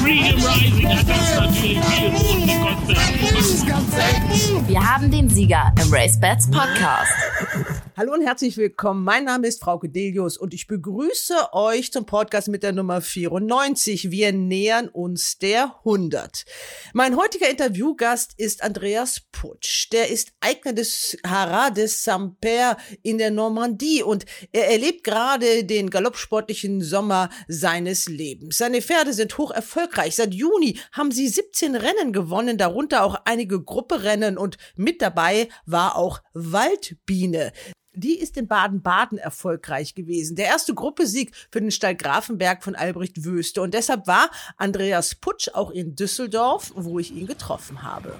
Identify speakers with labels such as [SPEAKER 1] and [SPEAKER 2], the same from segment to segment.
[SPEAKER 1] Freedom Rising hat uns natürlich viel Boden gekostet.
[SPEAKER 2] Wir haben den Sieger im RaceBets Podcast.
[SPEAKER 3] Hallo und herzlich willkommen. Mein Name ist Frauke Delius und ich begrüße euch zum Podcast mit der Nummer 94. Wir nähern uns der 100. Mein heutiger Interviewgast ist Andreas Putsch. Der ist Eigner des Haras de Saint-Père in der Normandie und er erlebt gerade den galoppsportlichen Sommer seines Lebens. Seine Pferde sind hoch erfolgreich. Seit Juni haben sie 17 Rennen gewonnen, darunter auch einige Grupperennen und mit dabei war auch Waldbiene. Die ist in Baden-Baden erfolgreich gewesen. Der erste Gruppesieg für den Stall Grafenberg von Albrecht Wöste. Und deshalb war Andreas Putsch auch in Düsseldorf, wo ich ihn getroffen habe.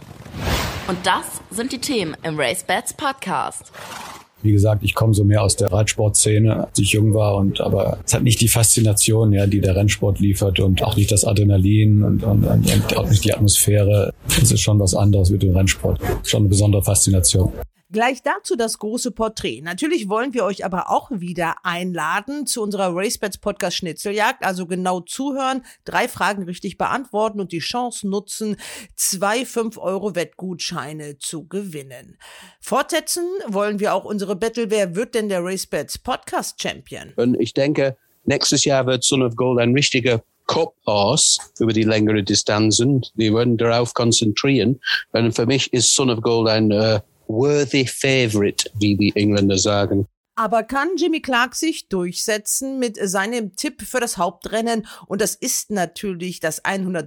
[SPEAKER 2] Und das sind die Themen im RaceBets Podcast.
[SPEAKER 4] Wie gesagt, ich komme so mehr aus der Reitsportszene, als ich jung war, aber es hat nicht die Faszination, ja, die der Rennsport liefert und auch nicht das Adrenalin und auch nicht die Atmosphäre. Das ist schon was anderes mit dem Rennsport. Schon eine besondere Faszination.
[SPEAKER 3] Gleich dazu das große Porträt. Natürlich wollen wir euch aber auch wieder einladen zu unserer RaceBets Podcast Schnitzeljagd. Also genau zuhören, 3 Fragen richtig beantworten und die Chance nutzen, 2 5-Euro-Wettgutscheine zu gewinnen. Fortsetzen wollen wir auch unsere Battle. Wer wird denn der RaceBets Podcast Champion?
[SPEAKER 5] Und ich denke, nächstes Jahr wird Son of Gold ein richtiger Cup-Horse über die längere Distanzen. Wir werden darauf konzentrieren. Und für mich ist Son of Gold ein worthy favorite, wie die Engländer sagen.
[SPEAKER 3] Aber kann Jimmy Clark sich durchsetzen mit seinem Tipp für das Hauptrennen? Und das ist natürlich das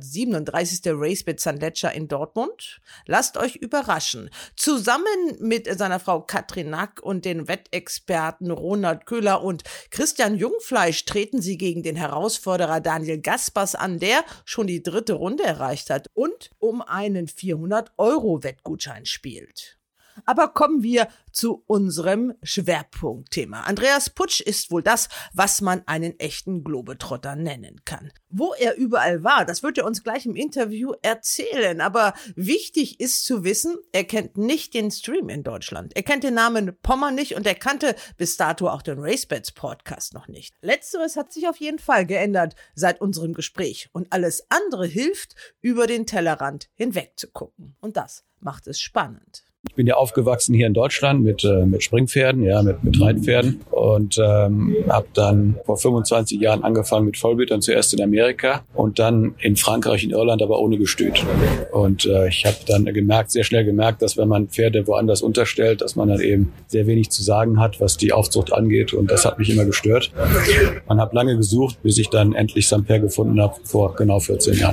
[SPEAKER 3] 137. RaceBets St. Leger in Dortmund. Lasst euch überraschen. Zusammen mit seiner Frau Katrin Nack und den Wettexperten Ronald Köhler und Christian Jungfleisch treten sie gegen den Herausforderer Daniel Gaspers an, der schon die 3. Runde erreicht hat und um einen 400-Euro-Wettgutschein spielt. Aber kommen wir zu unserem Schwerpunktthema. Andreas Putsch ist wohl das, was man einen echten Globetrotter nennen kann. Wo er überall war, das wird er uns gleich im Interview erzählen. Aber wichtig ist zu wissen, er kennt nicht den Stream in Deutschland. Er kennt den Namen Pommer nicht und er kannte bis dato auch den RaceBets Podcast noch nicht. Letzteres hat sich auf jeden Fall geändert seit unserem Gespräch. Und alles andere hilft, über den Tellerrand hinweg zu gucken. Und das macht es spannend.
[SPEAKER 4] Ich bin ja aufgewachsen hier in Deutschland mit Springpferden, ja, mit Reitpferden und habe dann vor 25 Jahren angefangen mit Vollblütern, zuerst in Amerika und dann in Frankreich, in Irland, aber ohne Gestüt. Und ich habe dann sehr schnell gemerkt, dass wenn man Pferde woanders unterstellt, dass man dann eben sehr wenig zu sagen hat, was die Aufzucht angeht und das hat mich immer gestört. Man hat lange gesucht, bis ich dann endlich Saint-Père gefunden habe, vor genau 14 Jahren.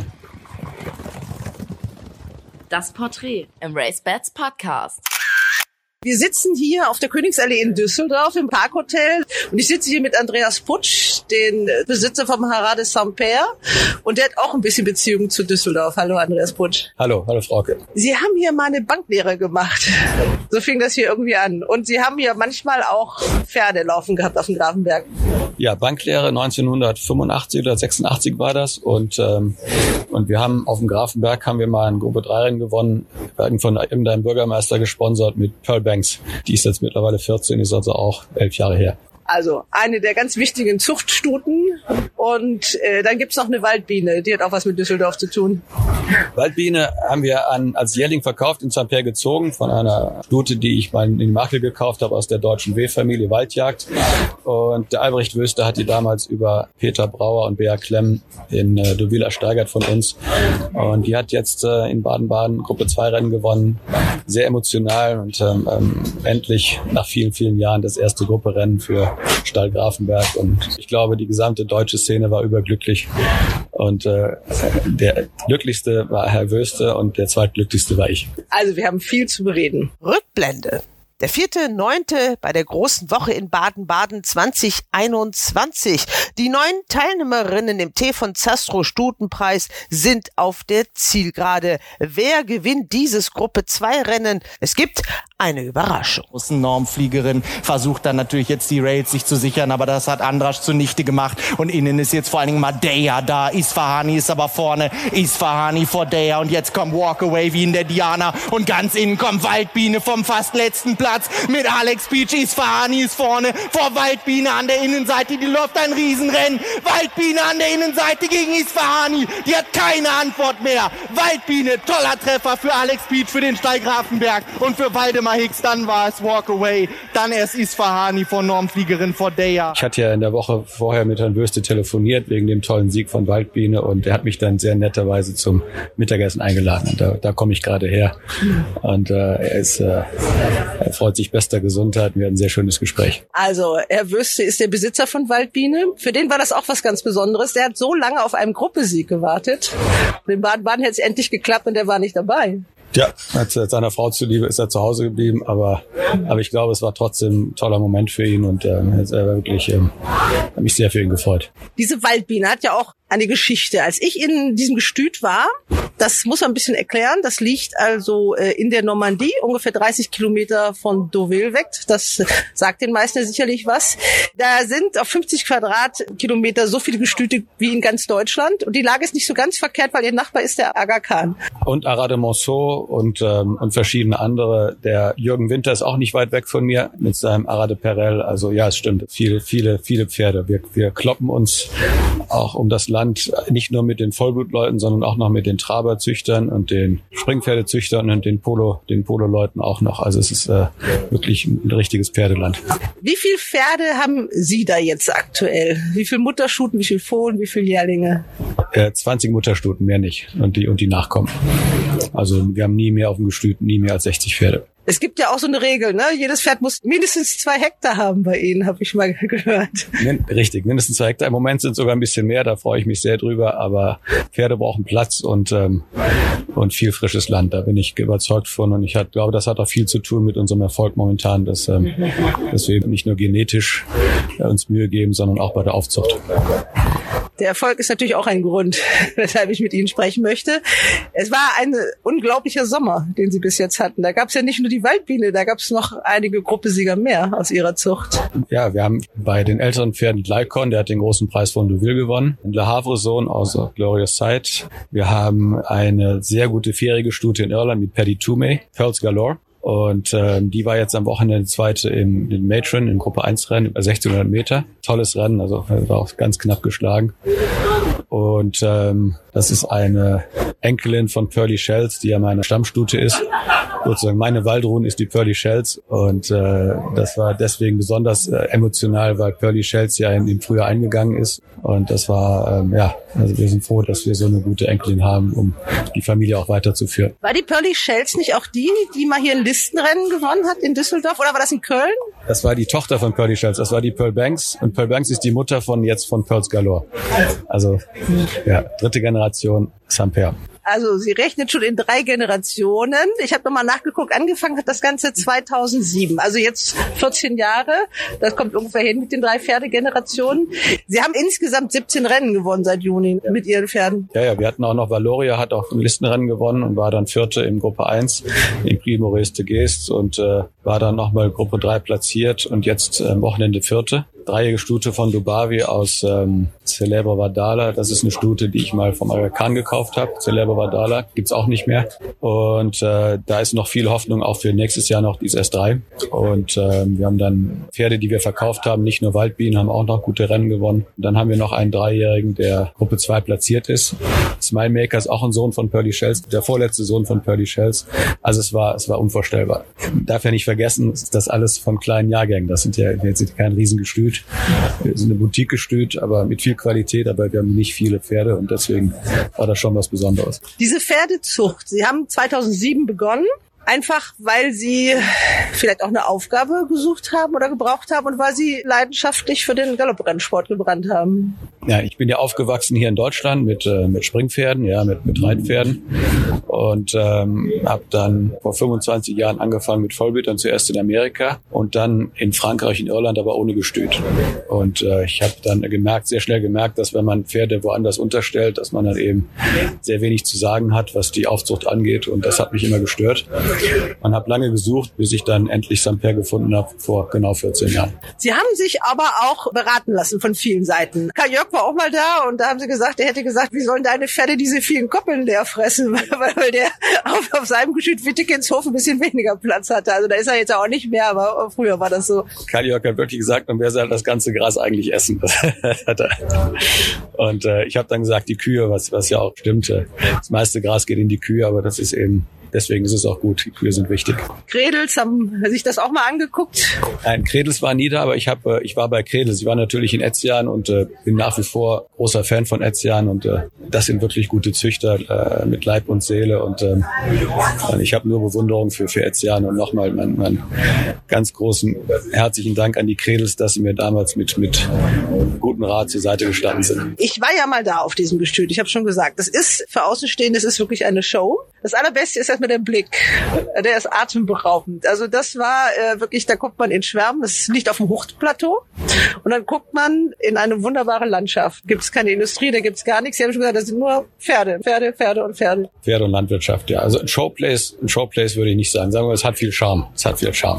[SPEAKER 2] Das Porträt im RaceBets Podcast.
[SPEAKER 3] Wir sitzen hier auf der Königsallee in Düsseldorf im Parkhotel und ich sitze hier mit Andreas Putsch, den Besitzer vom Haras de Saint-Père und der hat auch ein bisschen Beziehung zu Düsseldorf. Hallo Andreas Putsch.
[SPEAKER 4] Hallo Frauke.
[SPEAKER 3] Sie haben hier mal eine Banklehre gemacht. So fing das hier irgendwie an. Und Sie haben hier manchmal auch Pferde laufen gehabt auf dem Grafenberg.
[SPEAKER 4] Ja, Banklehre 1985 oder 86 war das und wir haben auf dem Grafenberg mal ein Gruppe 3 Rennen gewonnen, werden von irgendeinem Bürgermeister gesponsert mit Pearl Banks. Die ist jetzt mittlerweile 14, ist also auch 11 Jahre her.
[SPEAKER 3] Also eine der ganz wichtigen Zuchtstuten. Und dann gibt's noch eine Waldbiene, die hat auch was mit Düsseldorf zu tun.
[SPEAKER 4] Waldbiene haben wir als Jährling verkauft, in Saint-Père gezogen, von einer Stute, die ich mal in Markel gekauft habe, aus der deutschen W-Familie Waldjagd. Und der Albrecht Wöste hat die damals über Peter Brauer und Bea Klemm in Deauville ersteigert von uns. Und die hat jetzt in Baden-Baden Gruppe 2 Rennen gewonnen. Sehr emotional und endlich nach vielen, vielen Jahren das erste Grupperennen für Stall Grafenberg. Und ich glaube, die gesamte deutsche Szene war überglücklich. Und der glücklichste war Herr Wöste und der zweitglücklichste war ich.
[SPEAKER 3] Also wir haben viel zu bereden. Rückblende. Der 4.9. bei der großen Woche in Baden-Baden 2021. Die 9 Teilnehmerinnen im T von Zastro Stutenpreis sind auf der Zielgerade. Wer gewinnt dieses Gruppe 2 Rennen? Es gibt eine Überraschung.
[SPEAKER 6] Normfliegerin versucht dann natürlich jetzt die Rails sich zu sichern, aber das hat Andras zunichte gemacht und innen ist jetzt vor allen Dingen Madeira da. Isfahani ist aber vorne, Isfahani vor Deja und jetzt kommt Walkaway wie in der Diana und ganz innen kommt Waldbiene vom fast letzten Platz mit Alex Beach. Isfahani ist vorne vor Waldbiene an der Innenseite, die läuft ein Riesenrennen. Waldbiene an der Innenseite gegen Isfahani, die hat keine Antwort mehr. Waldbiene, toller Treffer für Alex Beach, für den Steigrafenberg und für Waldemar Hicks, dann war es Walkaway, dann erst Isfahani vor Normfliegerin vor Deja.
[SPEAKER 4] Ich hatte ja in der Woche vorher mit Herrn Wöste telefoniert wegen dem tollen Sieg von Waldbiene und er hat mich dann sehr netterweise zum Mittagessen eingeladen und da komme ich gerade her und er freut sich bester Gesundheit. Wir hatten ein sehr schönes Gespräch.
[SPEAKER 3] Also, Herr Wöste ist der Besitzer von Waldbiene. Für den war das auch was ganz Besonderes. Der hat so lange auf einen Gruppensieg gewartet. Dem Baden-Baden hätte es endlich geklappt und der war nicht dabei.
[SPEAKER 4] Ja, seiner Frau zuliebe ist er zu Hause geblieben, aber ich glaube, es war trotzdem ein toller Moment für ihn und er war wirklich, hat mich sehr für ihn gefreut.
[SPEAKER 3] Diese Waldbiene hat ja auch eine Geschichte. Als ich in diesem Gestüt war, das muss man ein bisschen erklären, das liegt also in der Normandie, ungefähr 30 Kilometer von Deauville weg. Das sagt den meisten sicherlich was. Da sind auf 50 Quadratkilometer so viele Gestüte wie in ganz Deutschland und die Lage ist nicht so ganz verkehrt, weil ihr Nachbar ist der Aga Khan.
[SPEAKER 4] Und Arras de Monceau und verschiedene andere. Der Jürgen Winter ist auch nicht weit weg von mir mit seinem Arras de Perel. Also ja, es stimmt. Viele Pferde. Wir kloppen uns auch um das Land, nicht nur mit den Vollblutleuten, sondern auch noch mit den Traberzüchtern und den Springpferdezüchtern und den Polo-Leuten auch noch. Also es ist wirklich ein richtiges Pferdeland.
[SPEAKER 3] Wie viele Pferde haben Sie da jetzt aktuell? Wie viele Mutterstuten, wie viele Fohlen, wie viele Jährlinge?
[SPEAKER 4] 20 Mutterstuten, mehr nicht. Und die Nachkommen. Also wir haben nie mehr auf dem Gestüt, nie mehr als 60 Pferde.
[SPEAKER 3] Es gibt ja auch so eine Regel, ne? Jedes Pferd muss mindestens 2 Hektar haben bei Ihnen, habe ich mal gehört.
[SPEAKER 4] Richtig, mindestens 2 Hektar. Im Moment sind es sogar ein bisschen mehr, da freue ich mich sehr drüber. Aber Pferde brauchen Platz und viel frisches Land. Da bin ich überzeugt von. Und ich glaube, das hat auch viel zu tun mit unserem Erfolg momentan, dass wir nicht nur genetisch uns Mühe geben, sondern auch bei der Aufzucht.
[SPEAKER 3] Der Erfolg ist natürlich auch ein Grund, weshalb ich mit Ihnen sprechen möchte. Es war ein unglaublicher Sommer, den Sie bis jetzt hatten. Da gab es ja nicht nur die Waldbiene, da gab es noch einige Gruppensieger mehr aus Ihrer Zucht.
[SPEAKER 4] Ja, wir haben bei den älteren Pferden Lycon, der hat den großen Preis von Deauville gewonnen. Le Havre-Sohn aus Glorious Sight. Wir haben eine sehr gute vierjährige Stute in Irland mit Paddy Toomey, Pearls Galore. Und die war jetzt am Wochenende zweite im Matron, im Gruppe 1 Rennen, über 1600 Meter. Tolles Rennen, also war auch ganz knapp geschlagen. Und das ist eine Enkelin von Pearly Shells, die ja meine Stammstute ist. Sozusagen meine Waldruhen ist die Pearly Shells. Und das war deswegen besonders emotional, weil Pearly Shells ja im Frühjahr eingegangen ist. Und das war, also wir sind froh, dass wir so eine gute Enkelin haben, um die Familie auch weiterzuführen.
[SPEAKER 3] War die Pearly Shells nicht auch die mal hier ein Listenrennen gewonnen hat in Düsseldorf? Oder war das in Köln?
[SPEAKER 4] Das war die Tochter von Pearly Shells. Das war die Pearl Banks. Und Pearl Banks ist die Mutter von Pearls Galore. Also, ja, 3. Generation Saint-Père.
[SPEAKER 3] Also sie rechnet schon in 3 Generationen. Ich habe nochmal nachgeguckt, angefangen hat das Ganze 2007. Also jetzt 14 Jahre. Das kommt ungefähr hin mit den 3 Pferdegenerationen. Sie haben insgesamt 17 Rennen gewonnen seit Juni mit Ihren Pferden.
[SPEAKER 4] Ja, wir hatten auch noch Valoria, hat auch ein Listenrennen gewonnen und war dann 4. in Gruppe 1 im Prix Maurice de Geest und war dann nochmal Gruppe 3 platziert und jetzt am Wochenende 4. 3-jährige Stute von Dubavi aus Célèbre Vadala. Das ist eine Stute, die ich mal vom Aga Khan gekauft habe. Célèbre Vadala gibt's auch nicht mehr. Und da ist noch viel Hoffnung auch für nächstes Jahr noch dieses S3. Und wir haben dann Pferde, die wir verkauft haben, nicht nur Waldbienen, haben auch noch gute Rennen gewonnen. Und dann haben wir noch einen 3-jährigen, der Gruppe 2 platziert ist. Smile Maker ist auch ein Sohn von Pearly Shells, der vorletzte Sohn von Pearly Shells. Also es war unvorstellbar. Darf ja nicht vergessen, das alles von kleinen Jahrgängen. Das sind ja jetzt kein Riesengestüt. Wir sind eine Boutique-Gestüt, aber mit viel Qualität, aber wir haben nicht viele Pferde und deswegen war das schon was Besonderes.
[SPEAKER 3] Diese Pferdezucht, Sie haben 2007 begonnen, einfach weil Sie vielleicht auch eine Aufgabe gesucht haben oder gebraucht haben und weil Sie leidenschaftlich für den Galopprennsport gebrannt haben.
[SPEAKER 4] Ja, ich bin ja aufgewachsen hier in Deutschland mit Springpferden, ja, mit Reitpferden und habe dann vor 25 Jahren angefangen mit Vollblütern, zuerst in Amerika und dann in Frankreich, in Irland, aber ohne Gestüt. Und ich habe dann sehr schnell gemerkt, dass wenn man Pferde woanders unterstellt, dass man dann eben sehr wenig zu sagen hat, was die Aufzucht angeht, und das hat mich immer gestört. Man hat lange gesucht, bis ich dann endlich St-Pierre gefunden habe, vor genau 14 Jahren.
[SPEAKER 3] Sie haben sich aber auch beraten lassen von vielen Seiten. Kai Jörg war auch mal da und da haben sie gesagt, er hätte gesagt, wie sollen deine Pferde diese vielen Koppeln leer fressen, weil der auf seinem Gestüt Wittekenshof ein bisschen weniger Platz hatte. Also da ist er jetzt auch nicht mehr, aber früher war das so.
[SPEAKER 4] Kai Jörg hat wirklich gesagt, man werde das ganze Gras eigentlich essen. Und ich habe dann gesagt, die Kühe, was ja auch stimmt, das meiste Gras geht in die Kühe, aber das ist eben, deswegen ist es auch gut. Die Kühe sind wichtig.
[SPEAKER 3] Kredels, haben sich das auch mal angeguckt?
[SPEAKER 4] Nein, Kredels war nie da, aber ich war bei Kredels. Ich war natürlich in Etzian und bin nach wie vor großer Fan von Etzian und das sind wirklich gute Züchter mit Leib und Seele und ich habe nur Bewunderung für Etzian und nochmal meinen ganz großen herzlichen Dank an die Kredels, dass sie mir damals mit gutem Rat zur Seite gestanden sind.
[SPEAKER 3] Ich war ja mal da auf diesem Gestüt. Ich habe schon gesagt, das ist für Außenstehende, das ist wirklich eine Show. Das Allerbeste ist erstmal der Blick. Der ist atemberaubend. Also das war wirklich, da guckt man in Schwärmen. Das liegt auf dem Hochplateau. Und dann guckt man in eine wunderbare Landschaft. Gibt es keine Industrie, da gibt es gar nichts. Sie haben schon gesagt, das sind nur Pferde. Pferde und
[SPEAKER 4] Landwirtschaft, ja. Also ein Showplace würde ich nicht sagen. Sagen wir, es hat viel Charme. Es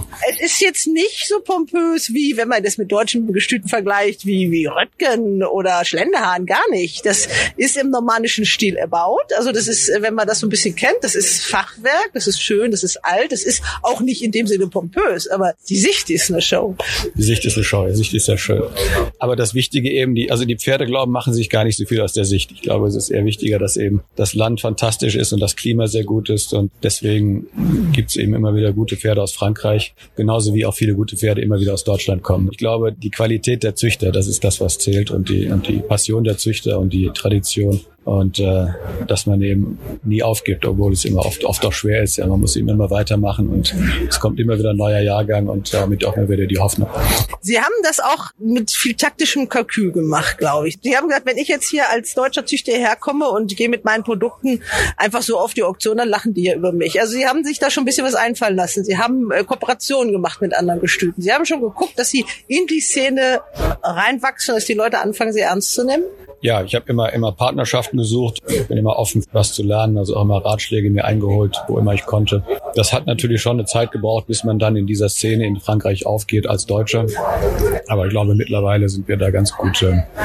[SPEAKER 3] ist jetzt nicht so pompös, wie wenn man das mit deutschen Gestüten vergleicht, wie Röttgen oder Schlenderhahn. Gar nicht. Das ist im normannischen Stil erbaut. Also das ist, wenn man das so ein bisschen kennt, das ist Fachwerk, das ist schön, das ist alt, das ist auch nicht in dem Sinne pompös, aber die Sicht ist eine Show.
[SPEAKER 4] Die Sicht ist sehr schön. Aber das Wichtige eben, die Pferde, glauben, machen sich gar nicht so viel aus der Sicht. Ich glaube, es ist eher wichtiger, dass eben das Land fantastisch ist und das Klima sehr gut ist und deswegen gibt es eben immer wieder gute Pferde aus Frankreich, genauso wie auch viele gute Pferde immer wieder aus Deutschland kommen. Ich glaube, die Qualität der Züchter, das ist das, was zählt und die Passion der Züchter und die Tradition. Und dass man eben nie aufgibt, obwohl es immer oft auch schwer ist. Ja, man muss eben immer weitermachen und es kommt immer wieder ein neuer Jahrgang und damit auch immer wieder die Hoffnung.
[SPEAKER 3] Sie haben das auch mit viel taktischem Kalkül gemacht, glaube ich. Sie haben gesagt, wenn ich jetzt hier als deutscher Züchter herkomme und gehe mit meinen Produkten einfach so auf die Auktion, dann lachen die ja über mich. Also Sie haben sich da schon ein bisschen was einfallen lassen. Sie haben Kooperationen gemacht mit anderen Gestüten. Sie haben schon geguckt, dass Sie in die Szene reinwachsen, dass die Leute anfangen, sie ernst zu nehmen.
[SPEAKER 4] Ja, ich habe immer Partnerschaften gesucht, bin immer offen, was zu lernen, also auch immer Ratschläge mir eingeholt, wo immer ich konnte. Das hat natürlich schon eine Zeit gebraucht, bis man dann in dieser Szene in Frankreich aufgeht als Deutscher. Aber ich glaube, mittlerweile sind wir da ganz gut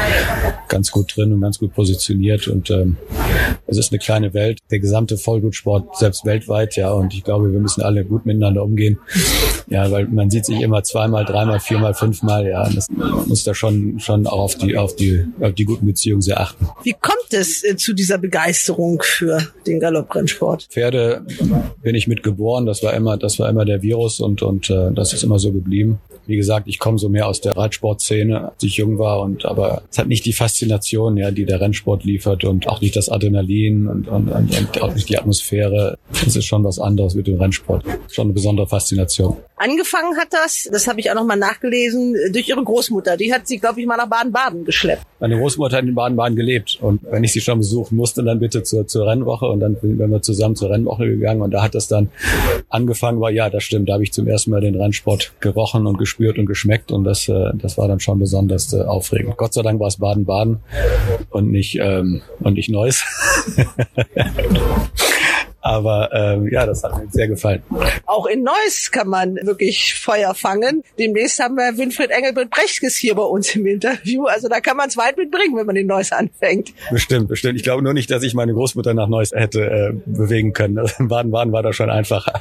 [SPEAKER 4] drin und ganz gut positioniert und es ist eine kleine Welt. Der gesamte Vollblutsport, selbst weltweit, ja, und ich glaube, wir müssen alle gut miteinander umgehen. Ja, weil man sieht sich immer zweimal, dreimal, viermal, fünfmal, ja, und man muss da schon auch auf die guten Beziehungen sehr achten.
[SPEAKER 3] Wie kommt es zu dieser Begeisterung für den Galopprennsport?
[SPEAKER 4] Pferde bin ich mit geboren, das war immer der Virus und das ist immer so geblieben. Wie gesagt, ich komme so mehr aus der Reitsportszene, als ich jung war, aber es hat nicht die Faszination, ja, die der Rennsport liefert und auch nicht das Adrenalin und auch nicht die Atmosphäre. Das ist schon was anderes mit dem Rennsport. Schon eine besondere Faszination.
[SPEAKER 3] Angefangen hat das habe ich auch noch mal nachgelesen, durch Ihre Großmutter. Die hat Sie, glaube ich, mal nach Baden-Baden geschleppt.
[SPEAKER 4] Meine Großmutter hat in Baden-Baden gelebt und wenn ich sie schon besuchen musste, dann bitte zur Rennwoche und dann sind wir zusammen zur Rennwoche gegangen und da hat das dann angefangen, das stimmt, da habe ich zum ersten Mal den Rennsport gerochen und gespürt und geschmeckt und das war dann schon besonders aufregend. Gott sei Dank war es Baden-Baden und nicht Neuss. Aber das hat mir sehr gefallen.
[SPEAKER 3] Auch in Neuss kann man wirklich Feuer fangen. Demnächst haben wir Winfried Engelbert-Brechtges hier bei uns im Interview. Also da kann man es weit mitbringen, wenn man in Neuss anfängt.
[SPEAKER 4] Bestimmt. Ich glaube nur nicht, dass ich meine Großmutter nach Neuss hätte bewegen können. Also in Baden-Baden war das schon einfacher.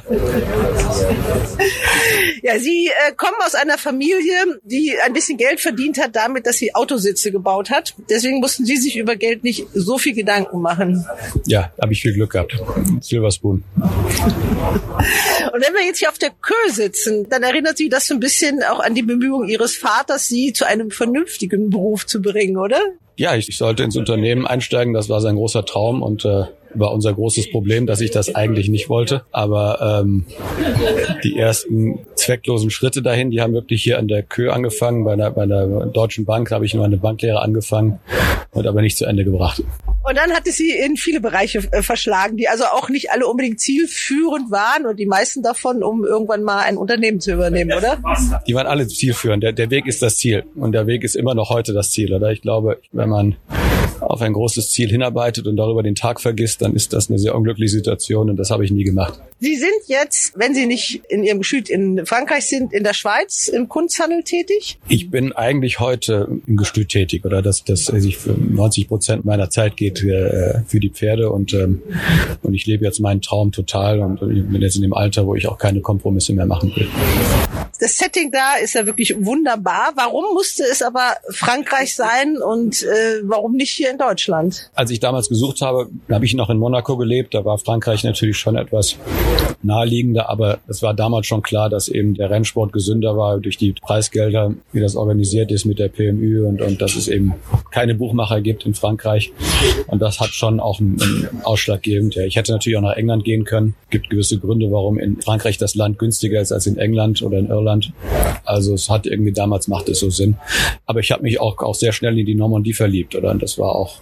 [SPEAKER 3] Ja, Sie kommen aus einer Familie, die ein bisschen Geld verdient hat damit, dass sie Autositze gebaut hat. Deswegen mussten Sie sich über Geld nicht so viel Gedanken machen.
[SPEAKER 4] Ja, habe ich viel Glück gehabt. Silver Spoon.
[SPEAKER 3] Und wenn wir jetzt hier auf der Kö sitzen, dann erinnert Sie das so ein bisschen auch an die Bemühungen Ihres Vaters, Sie zu einem vernünftigen Beruf zu bringen, oder?
[SPEAKER 4] Ja, ich sollte ins Unternehmen einsteigen. Das war sein großer Traum und war unser großes Problem, dass ich das eigentlich nicht wollte. Aber die ersten zwecklosen Schritte dahin. Die haben wirklich hier an der Kö angefangen. Bei der Deutschen Bank habe ich nur eine Banklehre angefangen und aber nicht zu Ende gebracht.
[SPEAKER 3] Und dann hat es sie in viele Bereiche verschlagen, die also auch nicht alle unbedingt zielführend waren und die meisten davon, um irgendwann mal ein Unternehmen zu übernehmen, oder? Die
[SPEAKER 4] waren alle zielführend. Der Weg ist das Ziel und der Weg ist immer noch heute das Ziel, oder? Ich glaube, wenn man auf ein großes Ziel hinarbeitet und darüber den Tag vergisst, dann ist das eine sehr unglückliche Situation und das habe ich nie gemacht. Sie sind jetzt, wenn Sie nicht in Ihrem Gestüt in Frankreich sind, in der Schweiz im Kunsthandel tätig? Ich bin eigentlich heute im Gestüt tätig, oder? Dass ich für 90% meiner Zeit geht für die Pferde und ich lebe jetzt meinen Traum total und ich bin jetzt in dem Alter, wo ich auch keine Kompromisse mehr machen will. Das Setting da ist ja wirklich wunderbar. Warum musste es aber Frankreich sein und warum nicht hier in Deutschland? Als ich damals gesucht habe ich noch in Monaco gelebt. Da war Frankreich natürlich schon etwas naheliegender, aber es war damals schon klar, dass eben der Rennsport gesünder war durch die Preisgelder, wie das organisiert ist mit der PMU und dass es eben keine Buchmacher gibt in Frankreich. Und das hat schon auch einen ausschlaggebend. Ja, ich hätte natürlich auch nach England gehen können. Es gibt gewisse Gründe, warum in Frankreich das Land günstiger ist als in England oder in Irland. Also es hat irgendwie damals, macht es so Sinn. Aber ich habe mich auch sehr schnell in die Normandie verliebt, oder? Und das war auch,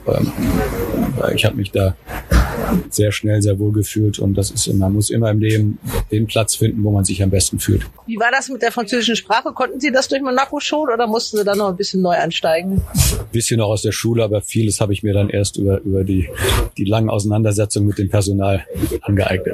[SPEAKER 4] ich habe mich da sehr schnell sehr wohl gefühlt und das ist, man muss immer im Leben den Platz finden, wo man sich am besten fühlt. Wie war das mit der französischen Sprache? Konnten Sie das durch Monaco schon oder mussten Sie dann noch ein bisschen neu einsteigen? Ein bisschen noch aus der Schule, aber vieles habe ich mir dann erst über die langen Auseinandersetzungen mit dem Personal angeeignet.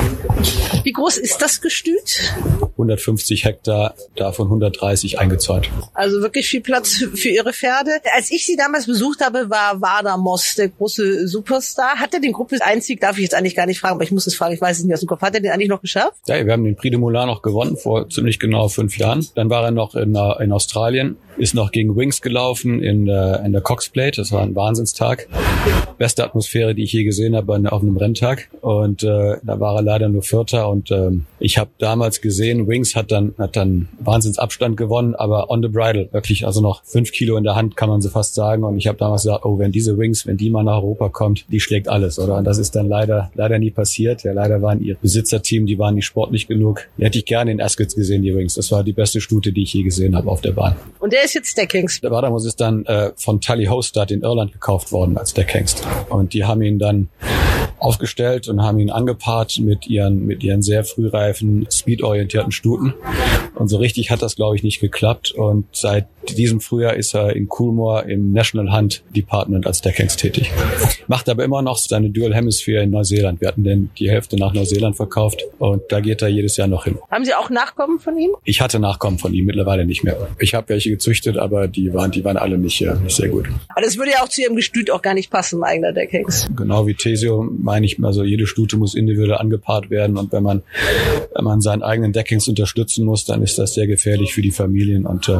[SPEAKER 4] Wie groß ist das Gestüt? 150 Hektar, davon 130 eingezäunt. Also wirklich viel Platz für Ihre Pferde. Als ich Sie damals besucht habe, war Wada Moss der große Superstar. Hat er den Gruppeneinzug, darf ich jetzt eigentlich gar nicht fragen, aber ich muss es fragen, ich weiß es nicht aus dem Kopf. Hat er den eigentlich noch geschafft? Ja, wir haben den Prix de Moulin noch gewonnen vor ziemlich genau 5 Jahren. Dann war er noch in Australien, ist noch gegen Wings gelaufen in der Cox Plate. Das war ein Wahnsinnstag. Beste Atmosphäre, die ich je gesehen habe auf einem Renntag. Und da war er leider nur Vierter. Und ich habe damals gesehen, Wings hat dann Wahnsinnsabstand gewonnen, aber on the bridle, wirklich, also noch 5 Kilo in der Hand, kann man so fast sagen. Und ich habe damals gesagt, wenn diese Wings, wenn die mal nach Europa kommt, die schlägt alles, oder? Und das ist dann leider nie passiert. Ja, leider waren ihr Besitzerteam, die waren nicht sportlich genug. Die hätte ich gerne in Ascot gesehen, die Wings. Das war die beste Stute, die ich je gesehen habe auf der Bahn. Und der ist jetzt Deckhengst. Der Wadamus ist dann von Tully Hostad in Irland gekauft worden als Deckhengst. Und die haben ihn dann aufgestellt und haben ihn angepaart mit ihren sehr frühreifen, speedorientierten Stuten. Und so richtig hat das, glaube ich, nicht geklappt. Und seit diesem Frühjahr ist er in Coolmore im National Hunt Department als Deckhengst tätig. Macht aber immer noch seine Dual Hemisphere in Neuseeland. Wir hatten denn die Hälfte nach Neuseeland verkauft und da geht er jedes Jahr noch hin. Haben Sie auch Nachkommen von ihm? Ich hatte Nachkommen von ihm, mittlerweile nicht mehr. Ich habe welche gezüchtet, aber die waren alle nicht sehr gut. Aber das würde ja auch zu Ihrem Gestüt auch gar nicht passen, ein eigener Deckhengst. Genau wie Tesio meine ich, also jede Stute muss individuell angepaart werden und wenn man seinen eigenen Deckhengst unterstützen muss, dann ist das sehr gefährlich für die Familien und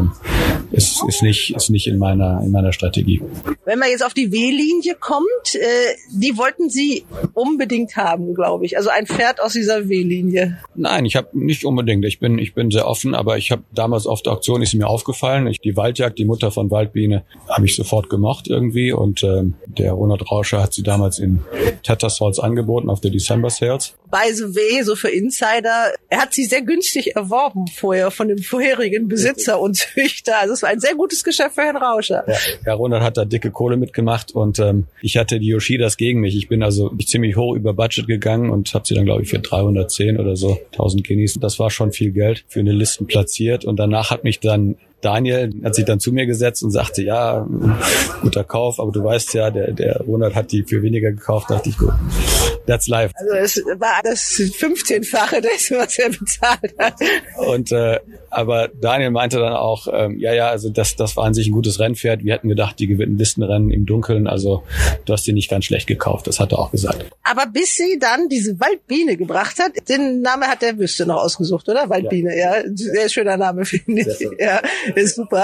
[SPEAKER 4] ist nicht in meiner Strategie. Wenn man jetzt auf die W-Linie kommt, die wollten Sie unbedingt haben, glaube ich. Also ein Pferd aus dieser W-Linie. Nein, ich habe nicht unbedingt. Ich bin sehr offen, aber ich habe damals auf der Auktion, ist mir aufgefallen, die Waldjagd, die Mutter von Waldbiene, habe ich sofort gemocht irgendwie und der Ronald Rauscher hat sie damals in Tattersall's angeboten auf der December Sales. By the way, so für Insider, er hat sie sehr günstig erworben vorher von dem vorherigen Besitzer und Züchter. Also es war ein sehr gutes Geschäft für Herrn Rauscher. Ja, Herr Ronald hat da dicke Kohle mitgemacht und ich hatte die Yoshidas gegen mich. Ich bin also ziemlich hoch über Budget gegangen und habe sie dann, glaube ich, für 310 oder so 1000 Guineas. Das war schon viel Geld für eine Listen platziert und danach hat mich dann Daniel hat sich dann zu mir gesetzt und sagte, ja, guter Kauf, aber du weißt ja, der Ronald hat die für weniger gekauft, dachte ich, gut, that's life. Also es war das 15-fache dessen, was er bezahlt hat. Und aber Daniel meinte dann auch, also das war an sich ein gutes Rennpferd. Wir hätten gedacht, die gewinnen Listenrennen im Dunkeln, also du hast die nicht ganz schlecht gekauft, das hat er auch gesagt. Aber bis sie dann diese Waldbiene gebracht hat, den Namen hat der Wüste noch ausgesucht, oder? Waldbiene, ja. Sehr schöner Name, finde ich. Ja, ist super.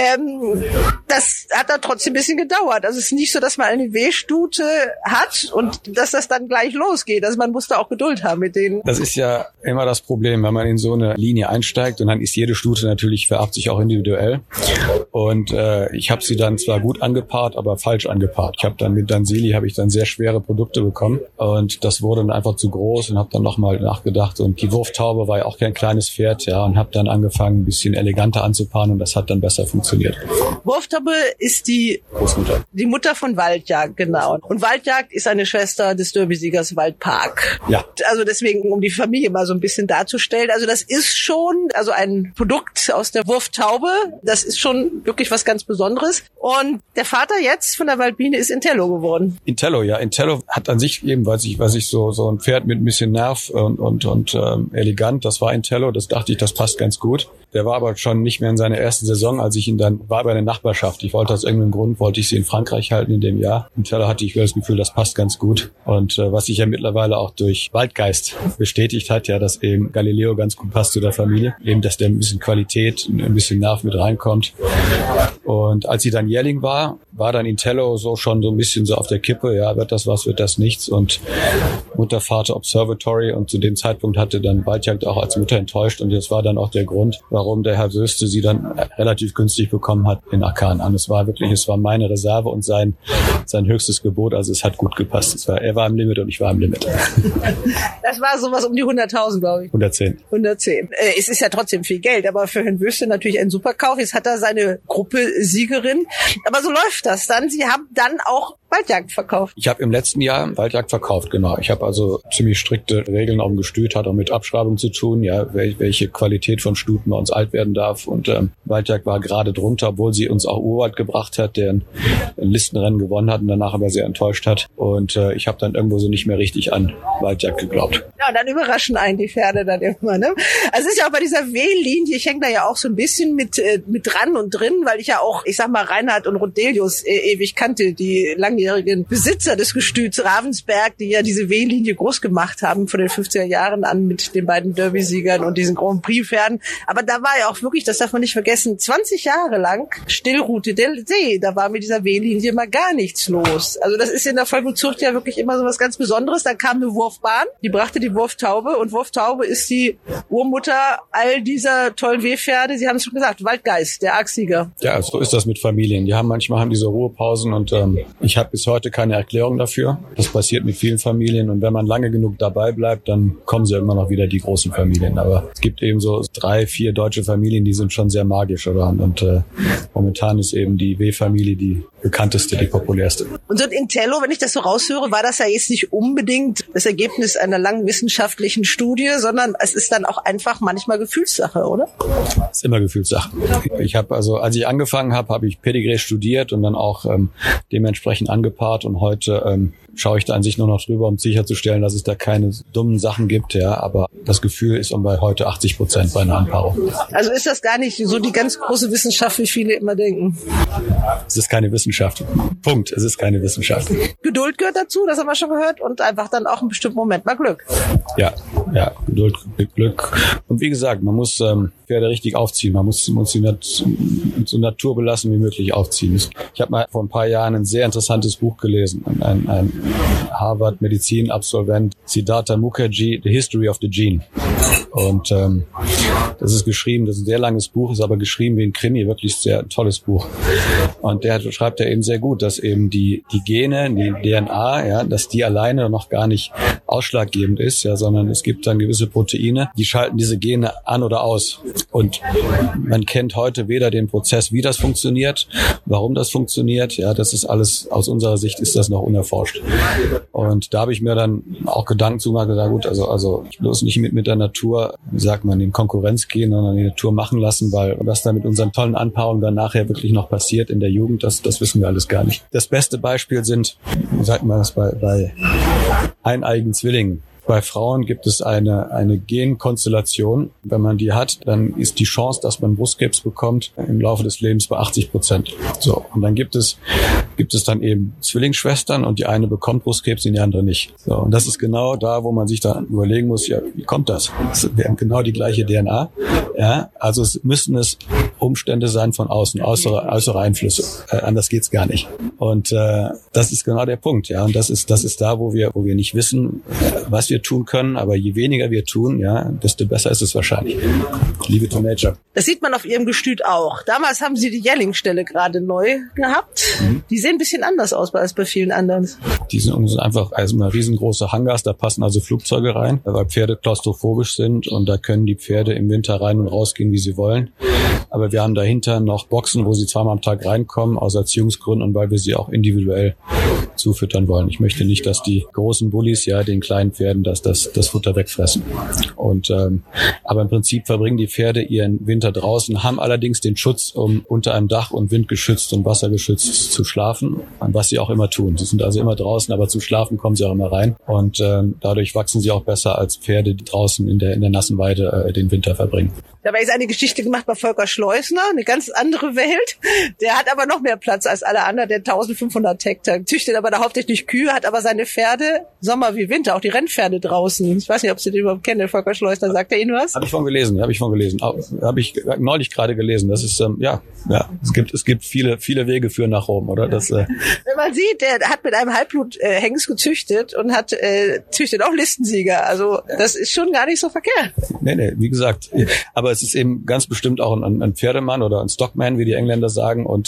[SPEAKER 4] Das hat dann trotzdem ein bisschen gedauert. Also es ist nicht so, dass man eine W-Stute hat und dass das dann gleich losgeht. Also man muss da auch Geduld haben mit denen. Das ist ja immer das Problem, wenn man in so eine Linie einsteigt und dann ist jede Stute natürlich vererbt sich auch individuell. Und ich habe sie dann zwar gut angepaart, aber falsch angepaart. Ich habe dann mit Dansili sehr schwere Produkte bekommen und das wurde dann einfach zu groß und habe dann nochmal nachgedacht. Und die Wurftaube war ja auch kein kleines Pferd, ja, und habe dann angefangen, ein bisschen eleganter anzupaaren und das hat dann besser funktioniert.
[SPEAKER 3] Wurftaube ist die
[SPEAKER 4] Großmutter.
[SPEAKER 3] Die Mutter von Waldjagd, genau. Und Waldjagd ist eine Schwester des Derby-Siegers Waldpark.
[SPEAKER 4] Ja.
[SPEAKER 3] Also deswegen, um die Familie mal so ein bisschen darzustellen. Also das ist schon, also ein Produkt aus der Wurftaube. Das ist schon wirklich was ganz Besonderes. Und der Vater jetzt von der Waldbiene ist Intello geworden.
[SPEAKER 4] Intello, ja. Intello hat an sich eben, was ich so ein Pferd mit ein bisschen Nerv und elegant, das war Intello. Das dachte ich, das passt ganz gut. Der war aber schon nicht mehr in seiner ersten Saison, als ich ihn dann, war bei der Nachbarschaft. Ich wollte aus irgendeinem Grund, wollte ich sie in Frankreich halten in dem Jahr. Intello hatte ich das Gefühl, das passt ganz gut. Und was sich ja mittlerweile auch durch Waldgeist bestätigt hat, ja, dass eben Galileo ganz gut passt zu der Familie. Eben, dass der ein bisschen Qualität, ein bisschen Nerv mit reinkommt. Und als sie dann Jährling war dann Intello so schon so ein bisschen so auf der Kippe, ja, wird das was, wird das nichts. Und Mutter, Vater, Observatory und zu dem Zeitpunkt hatte dann Waldjagd auch als Mutter enttäuscht und das war dann auch der Grund, warum der Herr Wöste sie dann relativ günstig bekommen hat in Akan an. Es war meine Reserve und sein höchstes Gebot, also es hat gut gepasst. Er war im Limit und ich war im Limit.
[SPEAKER 3] Das war sowas um die 100.000, glaube ich.
[SPEAKER 4] 110.
[SPEAKER 3] Es ist ja trotzdem viel Geld, aber für Herrn Wöste natürlich ein super Kauf. Jetzt hat er seine Gruppe-Siegerin. Aber so läuft das dann. Sie haben dann auch Waldjagd verkauft.
[SPEAKER 4] Ich habe im letzten Jahr Waldjagd verkauft, genau. Ich habe also ziemlich strikte Regeln auf dem Gestüt, hat auch mit Abschreibung zu tun, ja, welche Qualität von Stuten bei uns alt werden darf. Und Waldjagd war gerade drunter, obwohl sie uns auch Urwald gebracht hat, der ein Listenrennen gewonnen hat und danach aber sehr enttäuscht hat. Und ich habe dann irgendwo so nicht mehr richtig an Waldjagd geglaubt.
[SPEAKER 3] Ja, und dann überraschen einen die Pferde dann immer, ne? Also es ist ja auch bei dieser W-Linie, ich hänge da ja auch so ein bisschen mit dran und drin, weil ich ja auch, ich sag mal, Reinhard und Rodelius ewig kannte, die langjährigen Besitzer des Gestüts Ravensberg, die ja diese W-Linie groß gemacht haben von den 50er Jahren an mit den beiden Derby-Siegern und diesen Grand Prix-Pferden. Aber da war ja auch wirklich, das darf man nicht vergessen, 20 Jahre lang Stillroute del See. Da war mit dieser W-Linie mal gar nichts los. Also das ist in der Vollblutzucht ja wirklich immer so was ganz Besonderes. Dann kam eine Wurfbahn, die brachte die Wurftaube und Wurftaube ist die Urmutter all dieser tollen W-Pferde. Sie haben es schon gesagt, Waldgeist, der Argsieger.
[SPEAKER 4] Ja, so ist das mit Familien. Manchmal haben diese Ruhepausen und ich habe bis heute keine Erklärung dafür. Das passiert mit vielen Familien und wenn man lange genug dabei bleibt, dann kommen sie immer noch wieder die großen Familien. Aber es gibt eben so 3, 4 deutsche Familien, die sind schon sehr magisch, oder? Und momentan ist eben die W-Familie die bekannteste, die populärste.
[SPEAKER 3] Und so ein Intello, wenn ich das so raushöre, war das ja jetzt nicht unbedingt das Ergebnis einer langen wissenschaftlichen Studie, sondern es ist dann auch einfach manchmal Gefühlssache, oder?
[SPEAKER 4] Es ist immer Gefühlssache. Ich habe als ich angefangen habe ich Pedigree studiert und dann auch dementsprechend angepaart und heute schaue ich da an sich nur noch drüber, um sicherzustellen, dass es da keine dummen Sachen gibt, ja, aber das Gefühl ist bei heute 80% bei einer Anpaarung.
[SPEAKER 3] Also ist das gar nicht so die ganz große Wissenschaft, wie viele immer denken?
[SPEAKER 4] Es ist keine Wissenschaft. Punkt. Es ist keine Wissenschaft.
[SPEAKER 3] Geduld gehört dazu, das haben wir schon gehört, und einfach dann auch einen bestimmten Moment mal Glück.
[SPEAKER 4] Ja, Geduld, Glück. Und wie gesagt, man muss Pferde richtig aufziehen. Man muss sie so naturbelassen wie möglich aufziehen. Ich habe mal vor ein paar Jahren ein sehr interessantes Buch gelesen. Ein Harvard-Medizin-Absolvent, Siddhartha Mukherjee, The History of the Gene. Und das ist geschrieben, das ist ein sehr langes Buch, ist aber geschrieben wie ein Krimi, wirklich sehr tolles Buch. Und der schreibt ja eben sehr gut, dass eben die Gene, die DNA, ja, dass die alleine noch gar nicht ausschlaggebend ist, ja, sondern es gibt dann gewisse Proteine, die schalten diese Gene an oder aus. Und man kennt heute weder den Prozess, wie das funktioniert, warum das funktioniert, ja, das ist alles, aus unserer Sicht ist das noch unerforscht. Und da habe ich mir dann auch Gedanken zu gemacht, gesagt, gut, also bloß nicht mit der Natur, wie sagt man, in Konkurrenz gehen, sondern die Natur machen lassen, weil was da mit unseren tollen Anpaarungen dann nachher wirklich noch passiert in der Jugend, das wissen wir alles gar nicht. Das beste Beispiel sind, wie sagt man das, bei eineigen Zwillingen. Bei Frauen gibt es eine Genkonstellation. Wenn man die hat, dann ist die Chance, dass man Brustkrebs bekommt, im Laufe des Lebens bei 80%. So. Und dann gibt es dann eben Zwillingsschwestern und die eine bekommt Brustkrebs und die andere nicht. So. Und das ist genau da, wo man sich dann überlegen muss, ja, wie kommt das? Wir haben genau die gleiche DNA. Ja. Also müssen es Umstände sein von außen, äußere Einflüsse. Anders geht's gar nicht. Und das ist genau der Punkt, ja. Und das ist da, wo wir nicht wissen, was wir tun können. Aber je weniger wir tun, ja, desto besser ist es wahrscheinlich. Liebe to Nature.
[SPEAKER 3] Das sieht man auf Ihrem Gestüt auch. Damals haben Sie die Yellingstelle gerade neu gehabt. Die sehen ein bisschen anders aus als bei vielen anderen.
[SPEAKER 4] Die sind einfach eine riesengroße Hangars, da passen also Flugzeuge rein, weil Pferde klaustrophobisch sind und da können die Pferde im Winter rein und rausgehen, wie sie wollen. Aber wir haben dahinter noch Boxen, wo sie zweimal am Tag reinkommen, aus Erziehungsgründen und weil wir sie auch individuell zufüttern wollen. Ich möchte nicht, dass die großen Bullies ja den kleinen Pferden das Futter wegfressen. Und aber im Prinzip verbringen die Pferde ihren Winter draußen, haben allerdings den Schutz, um unter einem Dach und windgeschützt und wassergeschützt zu schlafen, was sie auch immer tun. Sie sind also immer draußen, aber zum Schlafen kommen sie auch immer rein. Und dadurch wachsen sie auch besser als Pferde, die draußen in der nassen Weide den Winter verbringen.
[SPEAKER 3] Dabei ist eine Geschichte gemacht bei Volker Schleusner, eine ganz andere Welt. Der hat aber noch mehr Platz als alle anderen, der 1500 Hektar. Züchtet aber da hauptsächlich Kühe, hat aber seine Pferde, Sommer wie Winter, auch die Rennpferde draußen. Ich weiß nicht, ob Sie den überhaupt kennen, Volker Schleusner. Sagt er Ihnen was?
[SPEAKER 4] Habe ich von gelesen. Habe ich neulich gerade gelesen. Das ist, es gibt viele Wege führen nach Rom, oder? Das,
[SPEAKER 3] Wenn man sieht, der hat mit einem Halbblut-Hengst gezüchtet und hat züchtet auch Listensieger. Also das ist schon gar nicht so verkehrt.
[SPEAKER 4] Nee, wie gesagt. Aber es ist eben ganz bestimmt auch ein Pferdemann oder ein Stockman, wie die Engländer sagen, und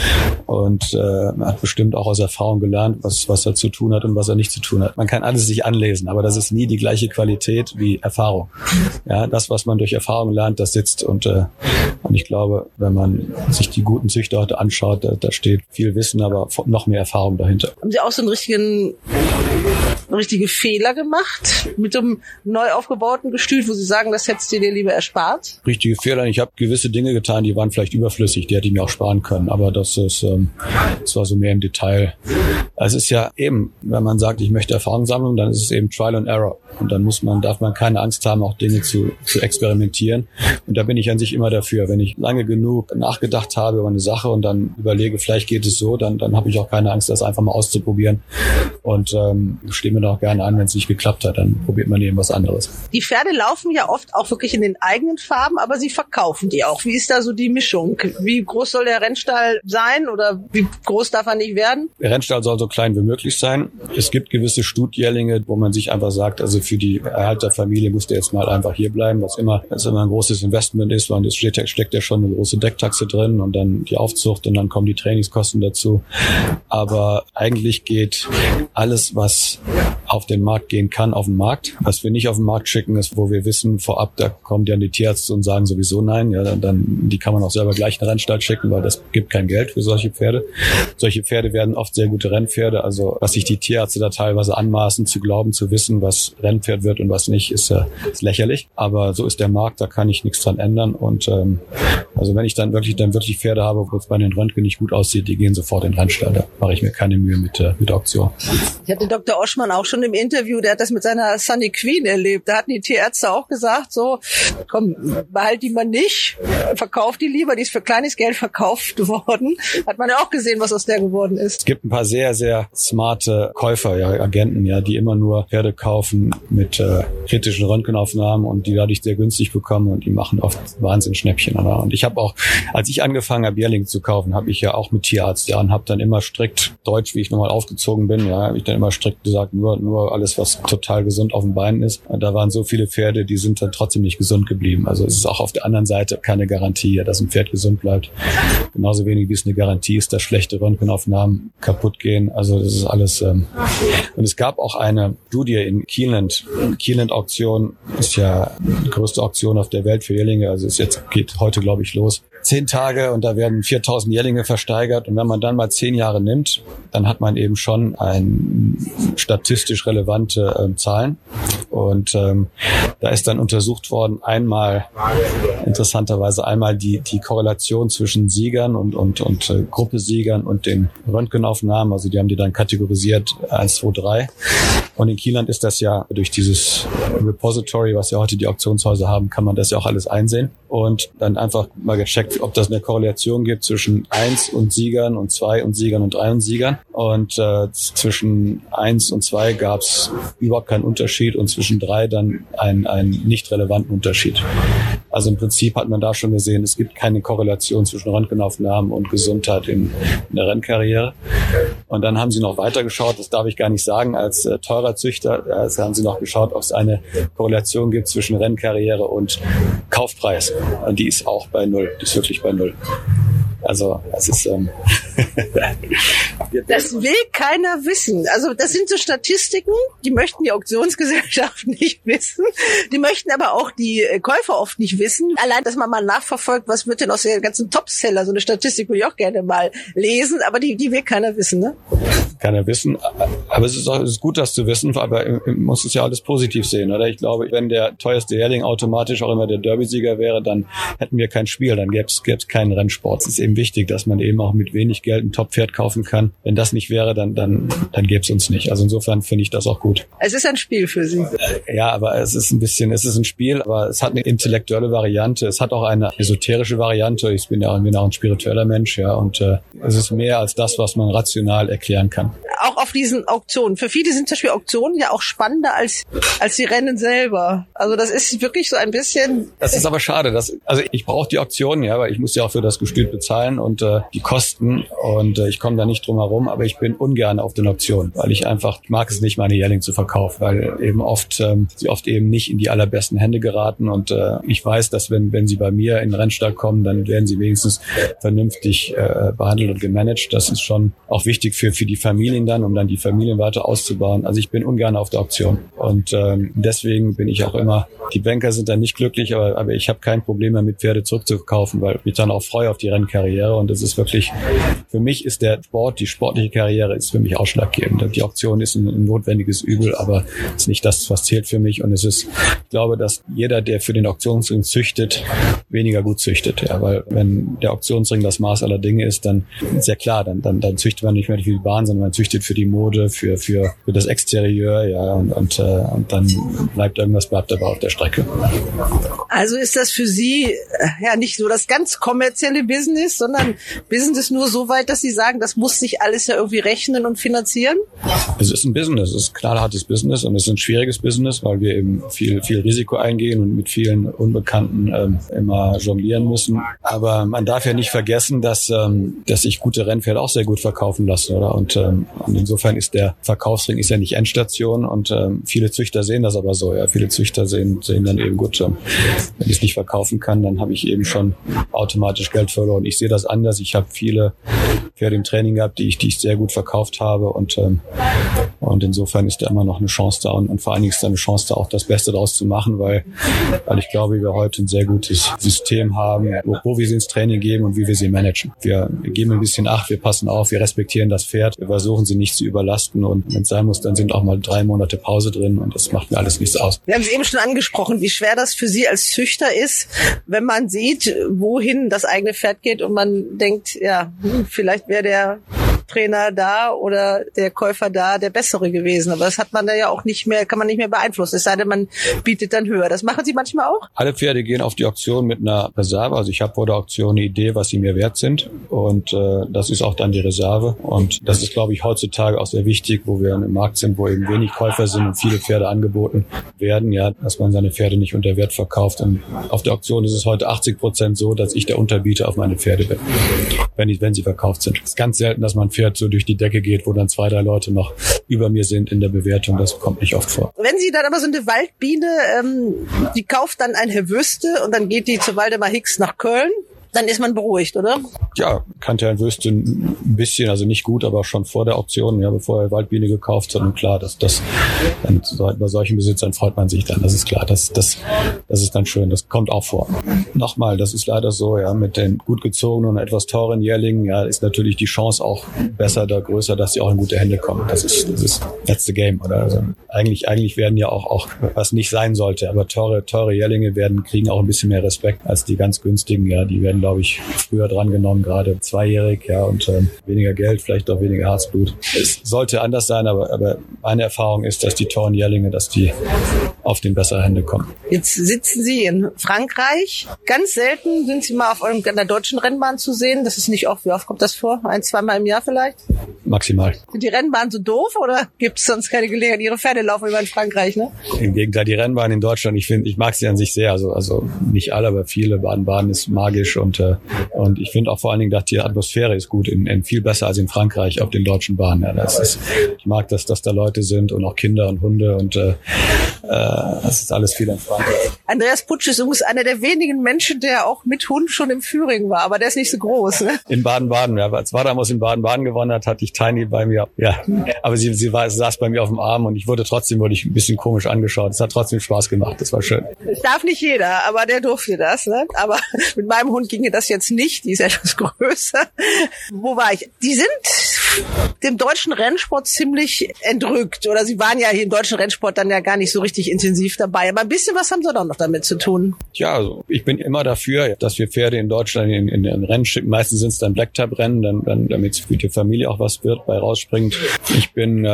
[SPEAKER 4] hat bestimmt auch aus Erfahrung gelernt, was er zu tun hat und was er nicht zu tun hat. Man kann alles sich anlesen, aber das ist nie die gleiche Qualität wie Erfahrung. Ja, das, was man durch Erfahrung lernt, das sitzt und ich glaube, wenn man sich die guten Züchter heute anschaut, da steht viel Wissen, aber noch mehr Erfahrung dahinter.
[SPEAKER 3] Haben Sie auch so einen richtige Fehler gemacht mit dem neu aufgebauten Gestüt, wo Sie sagen, das hättest du dir lieber erspart?
[SPEAKER 4] Richtige Fehler. Ich habe gewisse Dinge getan, die waren vielleicht überflüssig, die hätte ich mir auch sparen können, aber das war so mehr im Detail. Es ist ja eben, wenn man sagt, ich möchte Erfahrung sammeln, dann ist es eben Trial and Error. Und dann darf man keine Angst haben, auch Dinge zu experimentieren. Und da bin ich an sich immer dafür. Wenn ich lange genug nachgedacht habe über eine Sache und dann überlege, vielleicht geht es so, dann habe ich auch keine Angst, das einfach mal auszuprobieren. Und stehe mir da auch gerne an, wenn es nicht geklappt hat, dann probiert man eben was anderes.
[SPEAKER 3] Die Pferde laufen ja oft auch wirklich in den eigenen Farben, aber sie verkaufen die auch. Wie ist da so die Mischung? Wie groß soll der Rennstall sein oder wie groß darf er nicht werden?
[SPEAKER 4] Der Rennstall soll so klein wie möglich sein. Es gibt gewisse Stutjährlinge, wo man sich einfach sagt, also für die Erhalterfamilie muss der jetzt mal einfach hier bleiben, was immer ein großes Investment ist, weil es steckt ja schon eine große Decktaxe drin und dann die Aufzucht und dann kommen die Trainingskosten dazu. Aber eigentlich geht alles, was auf den Markt gehen kann, auf den Markt. Was wir nicht auf den Markt schicken, ist, wo wir wissen, vorab, da kommen dann die Tierärzte und sagen sowieso nein. Ja, dann die kann man auch selber gleich in den Rennstall schicken, weil das gibt kein Geld für solche Pferde. Solche Pferde werden oft sehr gute Rennpferde. Also was sich die Tierärzte da teilweise anmaßen, zu glauben, zu wissen, was Rennpferd wird und was nicht, ist lächerlich. Aber so ist der Markt, da kann ich nichts dran ändern. Und also wenn ich dann wirklich Pferde habe, wo es bei den Röntgen nicht gut aussieht, die gehen sofort in den Rennstall. Da mache ich mir keine Mühe mit der Auktion.
[SPEAKER 3] Ich hatte Dr. Oschmann auch schon im Interview, der hat das mit seiner Sunny Queen erlebt. Da hatten die Tierärzte auch gesagt, so, komm, behalt die mal nicht, verkauf die lieber, die ist für kleines Geld verkauft worden. Hat man ja auch gesehen, was aus der geworden ist.
[SPEAKER 4] Es gibt ein paar sehr, sehr smarte Käufer, ja, Agenten, ja, die immer nur Pferde kaufen mit kritischen Röntgenaufnahmen und die dadurch sehr günstig bekommen und die machen oft Wahnsinnsschnäppchen. Und ich habe auch, als ich angefangen habe, Jährlinge zu kaufen, habe ich ja auch mit Tierarzt, ja, und habe dann immer strikt deutsch, wie ich nochmal aufgezogen bin, ja, habe ich dann immer strikt gesagt, nur alles, was total gesund auf den Beinen ist. Und da waren so viele Pferde, die sind dann trotzdem nicht gesund geblieben. Also es ist auch auf der anderen Seite keine Garantie, dass ein Pferd gesund bleibt. Genauso wenig wie es eine Garantie ist, dass schlechte Röntgenaufnahmen kaputt gehen. Also das ist alles. Und es gab auch eine Studie in Keeneland. Keeneland-Auktion ist ja die größte Auktion auf der Welt für Jährlinge. Also geht heute, glaube ich, los. 10 Tage und da werden 4000 Jährlinge versteigert. Und wenn man dann mal 10 Jahre nimmt, dann hat man eben schon statistisch relevante Zahlen. Und da ist dann untersucht worden, interessanterweise einmal die Korrelation zwischen Siegern und Gruppesiegern und den Röntgenaufnahmen. Also die haben die dann kategorisiert 1, 2, 3. Und in Keeneland ist das ja durch dieses Repository, was ja heute die Auktionshäuser haben, kann man das ja auch alles einsehen. Und dann einfach mal gecheckt, ob das eine Korrelation gibt zwischen 1 und Siegern und 2 und Siegern und 3 und Siegern. Und zwischen 1 und 2 gab es überhaupt keinen Unterschied und zwischen 3 dann einen nicht relevanten Unterschied. Also im Prinzip hat man da schon gesehen, es gibt keine Korrelation zwischen Röntgenaufnahmen und Gesundheit in der Rennkarriere. Und dann haben sie noch weiter geschaut, das darf ich gar nicht sagen, als teurer Züchter, also haben sie noch geschaut, ob es eine Korrelation gibt zwischen Rennkarriere und Kaufpreis. Und die ist auch bei 0, die ist wirklich bei 0. Also es ist
[SPEAKER 3] das will keiner wissen. Also das sind so Statistiken, die möchten die Auktionsgesellschaften nicht wissen. Die möchten aber auch die Käufer oft nicht wissen. Allein, dass man mal nachverfolgt, was wird denn aus den ganzen Topseller, so eine Statistik würde ich auch gerne mal lesen, aber die will keiner wissen, ne?
[SPEAKER 4] Keiner wissen. Aber es ist gut, das zu wissen, aber man muss es ja alles positiv sehen, oder? Ich glaube, wenn der teuerste Jährling automatisch auch immer der Derby-Sieger wäre, dann hätten wir kein Spiel, dann gäbe es keinen Rennsport. Es ist eben wichtig, dass man eben auch mit wenig Geld ein Top-Pferd kaufen kann. Wenn das nicht wäre, dann gäbe es uns nicht. Also insofern finde ich das auch gut.
[SPEAKER 3] Es ist ein Spiel für Sie.
[SPEAKER 4] Ja, aber es ist ein Spiel, aber es hat eine intellektuelle Variante. Es hat auch eine esoterische Variante. Ich bin ja auch ein spiritueller Mensch, ja, und es ist mehr als das, was man rational erklären kann.
[SPEAKER 3] Auch auf diesen Auktionen. Für viele sind zum Beispiel Auktionen ja auch spannender als die Rennen selber. Also das ist wirklich so ein bisschen...
[SPEAKER 4] Das ist aber schade. Also ich brauche die Auktionen, ja, weil ich muss ja auch für das Gestüt bezahlen und die Kosten und ich komme da nicht drum herum, aber ich bin ungern auf den Auktionen, weil ich mag es nicht, meine Jährlinge zu verkaufen, weil eben sie oft eben nicht in die allerbesten Hände geraten und ich weiß, dass wenn sie bei mir in den Rennstall kommen, dann werden sie wenigstens vernünftig behandelt und gemanagt. Das ist schon auch wichtig für die Familien dann, um dann die Familien weiter auszubauen. Also ich bin ungern auf der Auktion und deswegen bin ich auch immer, die Banker sind dann nicht glücklich, aber ich habe kein Problem mehr mit Pferde zurückzukaufen, weil ich mich dann auch freue auf die Rennkarriere und es ist wirklich, für mich ist der Sport, die sportliche Karriere ist für mich ausschlaggebend. Die Auktion ist ein notwendiges Übel, aber ist nicht das, was zählt für mich und ich glaube, dass jeder, der für den Auktionsring züchtet, weniger gut züchtet, ja, weil wenn der Auktionsring das Maß aller Dinge ist, dann ist ja klar, dann züchtet man nicht mehr für die Bahn, sondern man züchtet für die Mode, für das Exterieur, ja, und dann bleibt aber auf der Strecke.
[SPEAKER 3] Also ist das für Sie ja nicht so das ganz kommerzielle Business, sondern Business nur so weit, dass Sie sagen, das muss sich alles ja irgendwie rechnen und finanzieren?
[SPEAKER 4] Es ist ein Business, es ist ein knallhartes Business und es ist ein schwieriges Business, weil wir eben viel Risiko eingehen und mit vielen Unbekannten immer jonglieren müssen. Aber man darf ja nicht vergessen, dass sich gute Rennpferde auch sehr gut verkaufen lassen, oder? Und insofern ist der Verkaufsring ja nicht Endstation und viele Züchter sehen das aber so, ja. Viele Züchter sehen dann eben gut, wenn ich es nicht verkaufen kann, dann habe ich eben schon automatisch Geld verloren. Ich sehe das anders. Ich habe viele Pferde im Training gehabt, die ich sehr gut verkauft habe und insofern ist da immer noch eine Chance da und vor allen Dingen ist da eine Chance da auch das Beste daraus zu machen, weil ich glaube, wir heute ein sehr gutes System haben, wo wir sie ins Training geben und wie wir sie managen. Wir geben ein bisschen Acht, wir passen auf, wir respektieren das Pferd, wir versuchen sie nicht zu überlasten und wenn es sein muss, dann sind auch mal 3 Monate Pause drin und das macht mir alles nichts aus.
[SPEAKER 3] Wir haben es eben schon angesprochen, wie schwer das für Sie als Züchter ist, wenn man sieht, wohin das eigene Pferd geht und man denkt, ja, vielleicht wäre der Trainer da oder der Käufer da der bessere gewesen. Aber das hat man da ja auch nicht mehr, kann man nicht mehr beeinflussen. Es sei denn, man bietet dann höher. Das machen Sie manchmal auch?
[SPEAKER 4] Alle Pferde gehen auf die Auktion mit einer Reserve. Also ich habe vor der Auktion eine Idee, was sie mir wert sind. Und das ist auch dann die Reserve. Und das ist, glaube ich, heutzutage auch sehr wichtig, wo wir im Markt sind, wo eben wenig Käufer sind und viele Pferde angeboten werden, ja, dass man seine Pferde nicht unter Wert verkauft. Und auf der Auktion ist es heute 80% so, dass ich der Unterbieter auf meine Pferde bin, wenn sie verkauft sind. Es ist ganz selten, dass man ein Pferd so durch die Decke geht, wo dann 2, 3 Leute noch über mir sind in der Bewertung. Das kommt nicht oft vor.
[SPEAKER 3] Wenn Sie dann aber so eine Waldbiene, die kauft dann ein Herr Wüste und dann geht die zu Waldemar Hicks nach Köln, dann ist man beruhigt, oder?
[SPEAKER 4] Ja, kannte Herrn Wüste ein bisschen, also nicht gut, aber schon vor der Auktion, ja, bevor er Waldbiene gekauft hat. Und klar, bei solchen Besitzern freut man sich dann, das ist klar. Das ist dann schön, das kommt auch vor. Nochmal, das ist leider so, ja, mit den gut gezogenen und etwas teuren Jährlingen, ja, ist natürlich die Chance auch besser, größer, dass sie auch in gute Hände kommen. Das ist that's the game, oder? Also eigentlich werden ja auch, was nicht sein sollte, aber teure Jährlinge kriegen auch ein bisschen mehr Respekt als die ganz günstigen, ja, die werden, glaube ich, früher dran genommen, gerade 2-jährig, ja, und weniger Geld, vielleicht auch weniger Herzblut. Es sollte anders sein, aber meine Erfahrung ist, dass die teuren Jährlinge, dass die auf den bessere Hände kommen.
[SPEAKER 3] Jetzt sitzen Sie in Frankreich. Ganz selten sind Sie mal auf einer deutschen Rennbahn zu sehen. Das ist nicht oft. Wie oft kommt das vor? 1-2 Mal im Jahr vielleicht?
[SPEAKER 4] Maximal.
[SPEAKER 3] Sind die Rennbahnen so doof oder gibt es sonst keine Gelegenheit? Ihre Pferde laufen immer in Frankreich, ne?
[SPEAKER 4] Im Gegenteil, die Rennbahn in Deutschland, ich mag sie an sich sehr. Also nicht alle, aber viele. Baden-Baden ist magisch und ich finde auch vor allen Dingen, dass die Atmosphäre ist gut, in viel besser als in Frankreich auf den deutschen Bahnen. Ja, ich mag das, dass da Leute sind und auch Kinder und Hunde und das ist alles viel in Frankreich.
[SPEAKER 3] Andreas Putsch ist übrigens einer der wenigen Menschen, der auch mit Hund schon im Führing war, aber der ist nicht so groß, ne?
[SPEAKER 4] In Baden-Baden, ja. Als Wadamos in Baden-Baden gewonnen hat, hatte ich Tiny bei mir. Ja, aber sie saß bei mir auf dem Arm und wurde ich ein bisschen komisch angeschaut. Es hat trotzdem Spaß gemacht, das war schön.
[SPEAKER 3] Das darf nicht jeder, aber der durfte das, ne? Aber mit meinem Hund ginge das jetzt nicht, die ist etwas größer. Wo war ich? Die sind dem deutschen Rennsport ziemlich entrückt, oder sie waren ja hier im deutschen Rennsport dann ja gar nicht so richtig intensiv dabei, aber ein bisschen was haben sie doch noch damit zu tun.
[SPEAKER 4] Ja, also ich bin immer dafür, dass wir Pferde in Deutschland in Rennen schicken. Meistens sind es dann Black-Type-Rennen, dann damit für die Familie auch was wird, bei rausspringt. Ich bin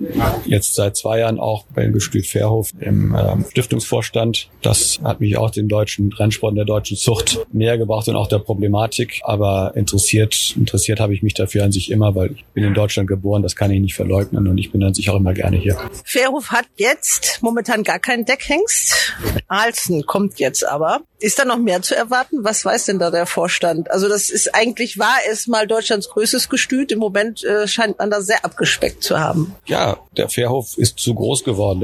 [SPEAKER 4] jetzt seit 2 Jahren auch beim Gestüt Fairhof im Stiftungsvorstand. Das hat mich auch den deutschen Rennsport und der deutschen Zucht näher gebracht und auch der Problematik. Aber interessiert habe ich mich dafür an sich immer, weil ich bin in Deutschland geboren, das kann ich nicht verleugnen und ich bin an sich auch immer gerne hier.
[SPEAKER 3] Fairhof hat jetzt momentan gar keinen Deckhengst. Alsen kommt jetzt aber. Ist da noch mehr zu erwarten? Was weiß denn da der Vorstand? Also war es mal Deutschlands größtes Gestüt. Im Moment scheint man da sehr abgespeckt zu haben.
[SPEAKER 4] Ja, der Fairhof ist zu groß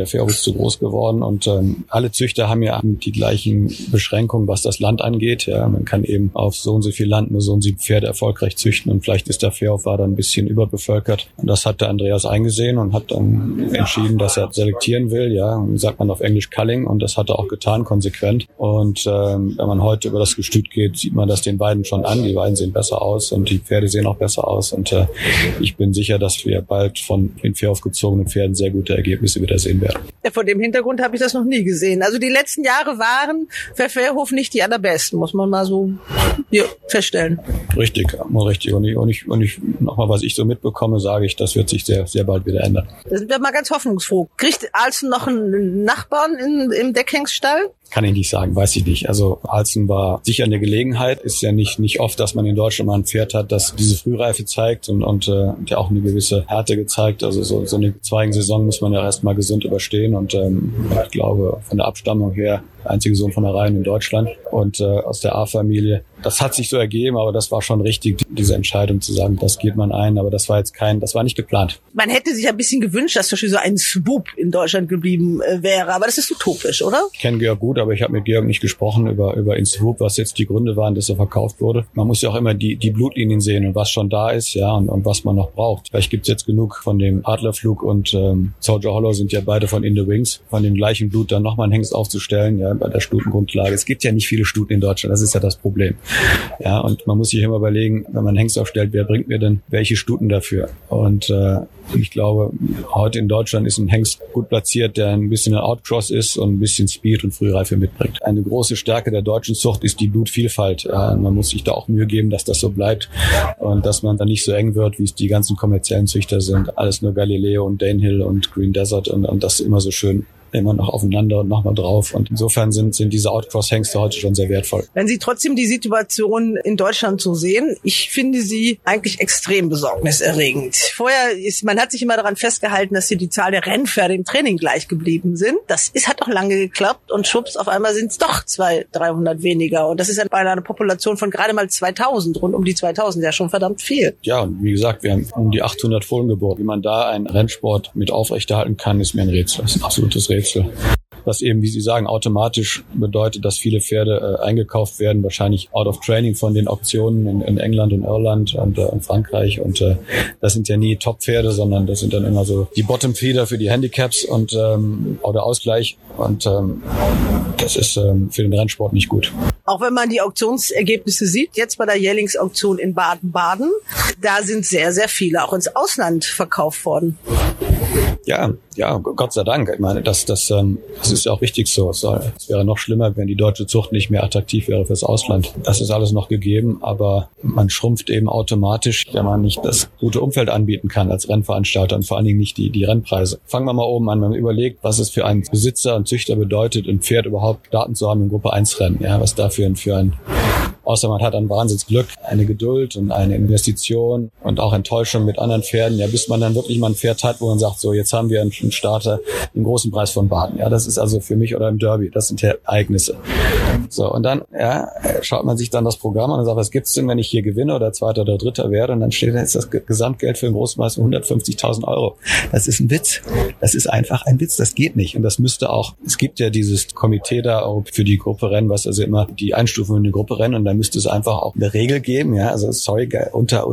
[SPEAKER 4] geworden. Und alle Züchter haben ja die gleichen Beschränkungen, was das Land angeht. Ja, man kann eben auf so und so viel Land nur so und so Pferde erfolgreich züchten und vielleicht ist der Fairhof da ein bisschen überbevölkert. Und das hat der Andreas eingesehen und hat dann entschieden, dass er selektieren will. Ja, sagt man auf Englisch Culling und das hat er auch getan, konsequent. Und wenn man heute über das Gestüt geht, sieht man das den Weiden schon an. Die Weiden sehen besser aus und die Pferde sehen auch besser aus. Und ich bin sicher, dass wir bald von den Fairhof gezogenen Pferden sehr gute Ergebnisse wieder sehen werden.
[SPEAKER 3] Ja, vor dem Hintergrund habe ich das noch nie gesehen. Also die letzten Jahre waren für Fairhof nicht die allerbesten, muss man mal so feststellen.
[SPEAKER 4] Richtig. Und ich nochmal, was ich so mitbekomme, sage ich, das wird sich sehr, sehr bald wieder ändern.
[SPEAKER 3] Da sind wir mal ganz hoffnungsfroh. Kriegt Alsen noch einen Nachbarn im Deckhengststall?
[SPEAKER 4] Kann ich nicht sagen, weiß ich nicht. Also Alsen war sicher eine Gelegenheit. Ist ja nicht oft, dass man in Deutschland mal ein Pferd hat, das diese Frühreife zeigt und ja auch eine gewisse Härte gezeigt. Also so eine zweigen Saison muss man ja erstmal gesund überstehen. Und ich glaube, von der Abstammung her, der einzige Sohn von der Reihen in Deutschland und aus der A-Familie. Das hat sich so ergeben, aber das war schon richtig, diese Entscheidung zu sagen, das geht man ein. Aber das war nicht geplant.
[SPEAKER 3] Man hätte sich ein bisschen gewünscht, dass zum Beispiel so ein Swoop in Deutschland geblieben wäre. Aber das ist utopisch, oder?
[SPEAKER 4] Ich kenne Georg gut, aber ich habe mit Georg nicht gesprochen über Swoop, was jetzt die Gründe waren, dass er verkauft wurde. Man muss ja auch immer die Blutlinien sehen und was schon da ist, ja, und was man noch braucht. Vielleicht gibt's jetzt genug von dem Adlerflug und Soldier Hollow sind ja beide von In the Wings, von dem gleichen Blut dann nochmal einen Hengst aufzustellen, ja, bei der Stutengrundlage. Es gibt ja nicht viele Stuten in Deutschland, das ist ja das Problem. Ja, und man muss sich immer überlegen, wenn man einen Hengst aufstellt, wer bringt mir denn welche Stuten dafür? Und ich glaube, heute in Deutschland ist ein Hengst gut platziert, der ein bisschen ein Outcross ist und ein bisschen Speed und Frühreife mitbringt. Eine große Stärke der deutschen Zucht ist die Blutvielfalt. Man muss sich da auch Mühe geben, dass das so bleibt und dass man da nicht so eng wird, wie es die ganzen kommerziellen Züchter sind. Alles nur Galileo und Danehill und Green Desert und das immer so schön immer noch aufeinander und nochmal drauf. Und insofern sind diese Outcross-Hengste heute schon sehr wertvoll.
[SPEAKER 3] Wenn Sie trotzdem die Situation in Deutschland so sehen, ich finde sie eigentlich extrem besorgniserregend. Man hat sich immer daran festgehalten, dass hier die Zahl der Rennpferde im Training gleich geblieben sind. Hat doch lange geklappt und schwupps, auf einmal sind es doch 200-300 weniger. Und das ist ja bei einer Population von gerade mal 2000, rund um die 2000, ja schon verdammt viel.
[SPEAKER 4] Ja, und wie gesagt, wir haben um die 800 Fohlengeburten. Wie man da einen Rennsport mit aufrechterhalten kann, ist mir ein Rätsel. Das ist ein absolutes Rätsel. Was eben, wie Sie sagen, automatisch bedeutet, dass viele Pferde eingekauft werden, wahrscheinlich out of training von den Auktionen in England und Irland und in Frankreich. Und das sind ja nie Top-Pferde, sondern das sind dann immer so die Bottom-Feeder für die Handicaps und oder Ausgleich. Und das ist für den Rennsport nicht gut.
[SPEAKER 3] Auch wenn man die Auktionsergebnisse sieht, jetzt bei der Jährlingsauktion in Baden-Baden, da sind sehr, sehr viele auch ins Ausland verkauft worden.
[SPEAKER 4] Ja, Gott sei Dank. Ich meine, das ist ja auch richtig so. Es wäre noch schlimmer, wenn die deutsche Zucht nicht mehr attraktiv wäre fürs Ausland. Das ist alles noch gegeben, aber man schrumpft eben automatisch, wenn man nicht das gute Umfeld anbieten kann als Rennveranstalter und vor allen Dingen nicht die Rennpreise. Fangen wir mal oben an. Man überlegt, was es für einen Besitzer und Züchter bedeutet, ein Pferd überhaupt Daten zu haben im Gruppe 1 Rennen. Ja, was dafür für ein außer man hat ein Wahnsinnsglück, eine Geduld und eine Investition und auch Enttäuschung mit anderen Pferden, ja, bis man dann wirklich mal ein Pferd hat, wo man sagt, so, jetzt haben wir einen Starter im großen Preis von Baden. Ja, das ist also für mich oder im Derby, das sind Ereignisse. So, und dann, ja, schaut man sich dann das Programm an und sagt, was gibt's denn, wenn ich hier gewinne oder Zweiter oder Dritter werde? Und dann steht da jetzt das Gesamtgeld für den Großpreis von 150.000 Euro. Das ist ein Witz. Das ist einfach ein Witz. Das geht nicht. Und das müsste auch, es gibt ja dieses Komitee da auch für die Gruppe Rennen, was also immer die Einstufung in die Gruppe Rennen, und da müsste es einfach auch eine Regel geben, ja, also sorry, unter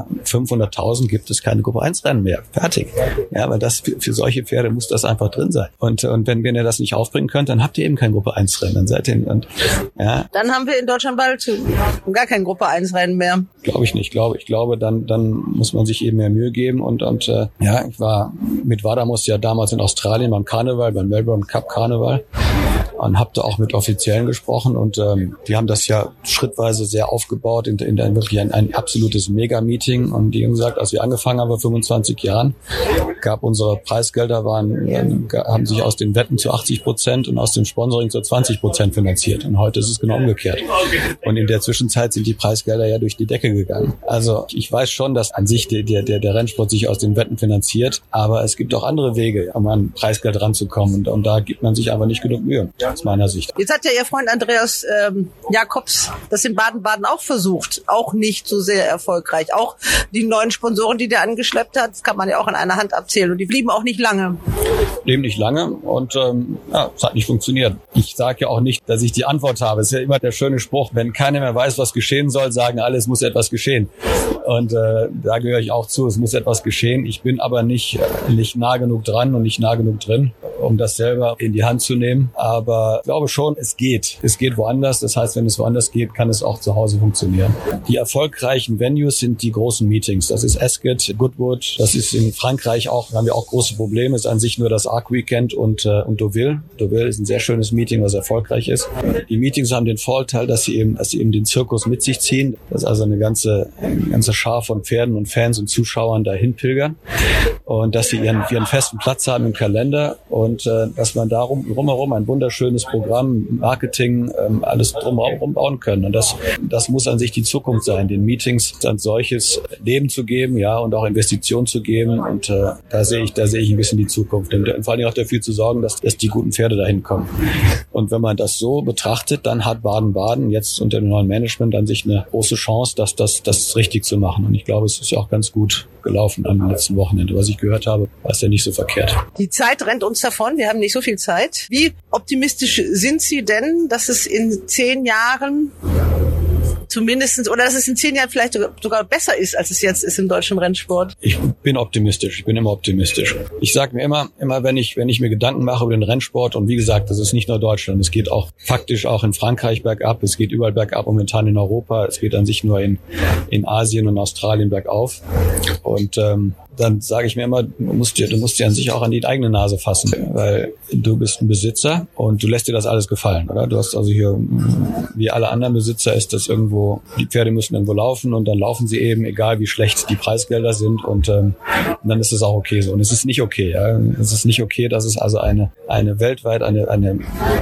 [SPEAKER 4] 500.000 gibt es keine Gruppe 1 Rennen mehr. Fertig. Ja, weil das für solche Pferde muss das einfach drin sein. Und wenn ihr das nicht aufbringen könnt, dann habt ihr eben kein Gruppe 1 Rennen. Dann seid ihr, und, ja.
[SPEAKER 3] Dann haben wir in Deutschland bald gar kein Gruppe 1 Rennen mehr.
[SPEAKER 4] Glaube ich nicht. Ich glaube, dann muss man sich eben mehr Mühe geben und ja, ich war mit Vadamus ja damals in Australien beim Karneval, beim Melbourne Cup Karneval. Und habe da auch mit Offiziellen gesprochen und die haben das ja schrittweise sehr aufgebaut in wirklich ein absolutes Mega-Meeting, und die haben gesagt, als wir angefangen haben vor 25 Jahren, gab unsere Preisgelder haben sich aus den Wetten zu 80% und aus dem Sponsoring zu 20% finanziert, und heute ist es genau umgekehrt. Und in der Zwischenzeit sind die Preisgelder ja durch die Decke gegangen. Also ich weiß schon, dass an sich der Rennsport sich aus den Wetten finanziert, aber es gibt auch andere Wege, um an Preisgeld ranzukommen, und da gibt man sich einfach nicht genug Mühe. Aus meiner Sicht.
[SPEAKER 3] Jetzt hat ja Ihr Freund Andreas Jakobs das in Baden-Baden auch versucht. Auch nicht so sehr erfolgreich. Auch die neuen Sponsoren, die der angeschleppt hat, das kann man ja auch an einer Hand abzählen. Und die blieben auch nicht lange.
[SPEAKER 4] Und es hat nicht funktioniert. Ich sage ja auch nicht, dass ich die Antwort habe. Es ist ja immer der schöne Spruch, wenn keiner mehr weiß, was geschehen soll, sagen alle, es muss etwas geschehen. Und da gehöre ich auch zu, es muss etwas geschehen. Ich bin aber nicht nah genug dran und nicht nah genug drin, um das selber in die Hand zu nehmen. Aber ich glaube schon, es geht. Es geht woanders. Das heißt, wenn es woanders geht, kann es auch zu Hause funktionieren. Die erfolgreichen Venues sind die großen Meetings. Das ist Ascot, Goodwood. Das ist in Frankreich auch, da haben wir auch große Probleme. Es ist an sich nur das Arc Weekend und Deauville. Deauville ist ein sehr schönes Meeting, was erfolgreich ist. Die Meetings haben den Vorteil, dass sie eben den Zirkus mit sich ziehen. Dass also eine ganze Schar von Pferden und Fans und Zuschauern dahin pilgern. Und dass sie ihren festen Platz haben im Kalender, und dass man darum drumherum ein wunderschönes Programm, Marketing, alles drumherum bauen können. Und das muss an sich die Zukunft sein, den Meetings ein solches Leben zu geben, ja, und auch Investitionen zu geben. Und da sehe ich ein bisschen die Zukunft. Und vor allem auch dafür zu sorgen, dass die guten Pferde dahin kommen. Und wenn man das so betrachtet, dann hat Baden-Baden jetzt unter dem neuen Management an sich eine große Chance, das richtig zu machen. Und ich glaube, es ist ja auch ganz gut gelaufen am letzten Wochenende. Was ich gehört habe, war es ja nicht so verkehrt.
[SPEAKER 3] Die Zeit rennt uns davon. Wir haben nicht so viel Zeit. Wie optimistisch sind Sie denn, dass es in 10 Jahren zumindestens, oder dass es in 10 Jahren vielleicht sogar besser ist, als es jetzt ist im deutschen Rennsport?
[SPEAKER 4] Ich bin optimistisch. Ich bin immer optimistisch. Ich sage mir immer, wenn ich mir Gedanken mache über den Rennsport, und wie gesagt, das ist nicht nur Deutschland, es geht auch faktisch auch in Frankreich bergab, es geht überall bergab, momentan in Europa, es geht an sich nur in Asien und Australien bergauf. Und dann sage ich mir immer, du musst dir an sich auch an die eigene Nase fassen, weil du bist ein Besitzer und du lässt dir das alles gefallen, oder? Du hast also hier, wie alle anderen Besitzer, ist das irgendwo, die Pferde müssen irgendwo laufen, und dann laufen sie eben, egal wie schlecht die Preisgelder sind, und dann ist es auch okay so. Und es ist nicht okay, ja. Es ist nicht okay, dass es also eine weltweit eine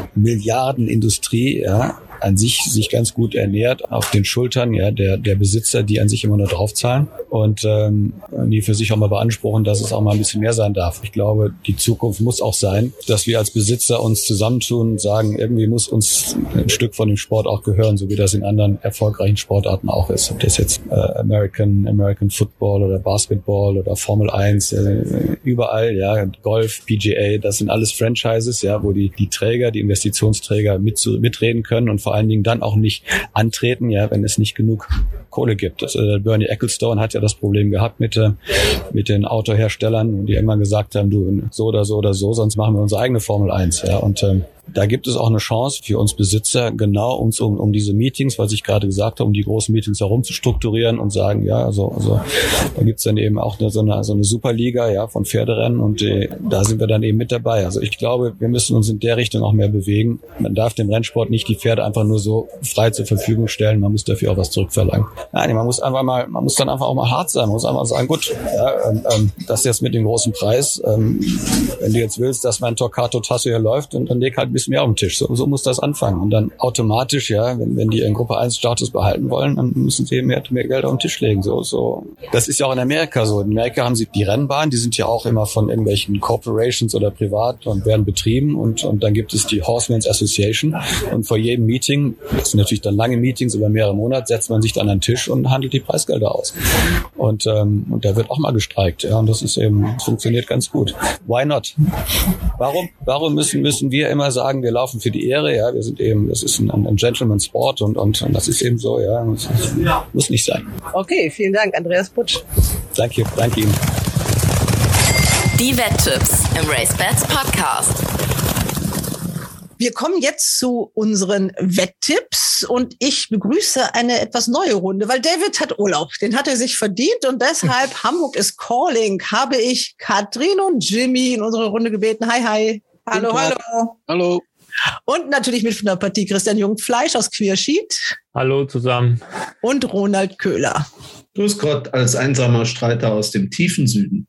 [SPEAKER 4] Milliardenindustrie, ja, an sich ganz gut ernährt, auf den Schultern der Besitzer, die an sich immer nur draufzahlen, und die für sich auch mal beanspruchen, dass es auch mal ein bisschen mehr sein darf. Ich glaube, die Zukunft muss auch sein, dass wir als Besitzer uns zusammentun und sagen, irgendwie muss uns ein Stück von dem Sport auch gehören, so wie das in anderen erfolgreichen Sportarten auch ist. Ob das jetzt American Football oder Basketball oder Formel 1, überall, ja, Golf, PGA, das sind alles Franchises, ja, wo die Träger, die Investitionsträger mitreden können und vor vor allen Dingen dann auch nicht antreten, ja, wenn es nicht genug Kohle gibt. Bernie Ecclestone hat ja das Problem gehabt mit den Autoherstellern, die immer gesagt haben, du, so oder so oder so, sonst machen wir unsere eigene Formel 1. Ja, und da gibt es auch eine Chance für uns Besitzer, genau um diese Meetings, was ich gerade gesagt habe, um die großen Meetings herum zu strukturieren und sagen, ja, also da gibt's dann eben auch so eine Superliga, ja, von Pferderennen, und da sind wir dann eben mit dabei. Also ich glaube, wir müssen uns in der Richtung auch mehr bewegen. Man darf dem Rennsport nicht die Pferde einfach nur so frei zur Verfügung stellen, man muss dafür auch was zurückverlangen. Nein, man muss dann einfach auch mal hart sein, man muss einfach sagen, gut, ja, das jetzt mit dem großen Preis, wenn du jetzt willst, dass mein Torquato Tasso hier läuft, und dann leg halt ein bisschen mehr auf den Tisch. So muss das anfangen. Und dann automatisch, ja, wenn die in Gruppe 1 Status behalten wollen, dann müssen sie mehr Geld auf den Tisch legen. So. Das ist ja auch in Amerika so. In Amerika haben sie die Rennbahnen, die sind ja auch immer von irgendwelchen Corporations oder privat und werden betrieben, und dann gibt es die Horsemen's Association, und vor jedem Meeting, das sind natürlich dann lange Meetings über mehrere Monate, setzt man sich dann an den Tisch und handelt die Preisgelder aus. Und da wird auch mal gestreikt, ja, und das funktioniert ganz gut. Why not? Warum müssen wir immer sagen, wir laufen für die Ehre, ja, das ist ein Gentleman's Sport, und das ist eben so, ja, das muss nicht sein.
[SPEAKER 3] Okay, vielen Dank, Andreas Putsch.
[SPEAKER 4] Danke Ihnen.
[SPEAKER 2] Die Wetttipps im RaceBets Podcast.
[SPEAKER 3] Wir kommen jetzt zu unseren Wetttipps, und ich begrüße eine etwas neue Runde, weil David hat Urlaub, den hat er sich verdient, und deshalb Hamburg is calling, habe ich Katrin und Jimmy in unsere Runde gebeten. Hi. Hallo.
[SPEAKER 5] Hallo.
[SPEAKER 3] Und natürlich mit von der Partie Christian Jungfleisch aus Queerschied.
[SPEAKER 1] Hallo zusammen.
[SPEAKER 3] Und Ronald Köhler.
[SPEAKER 7] Grüß Gott, als einsamer Streiter aus dem tiefen Süden.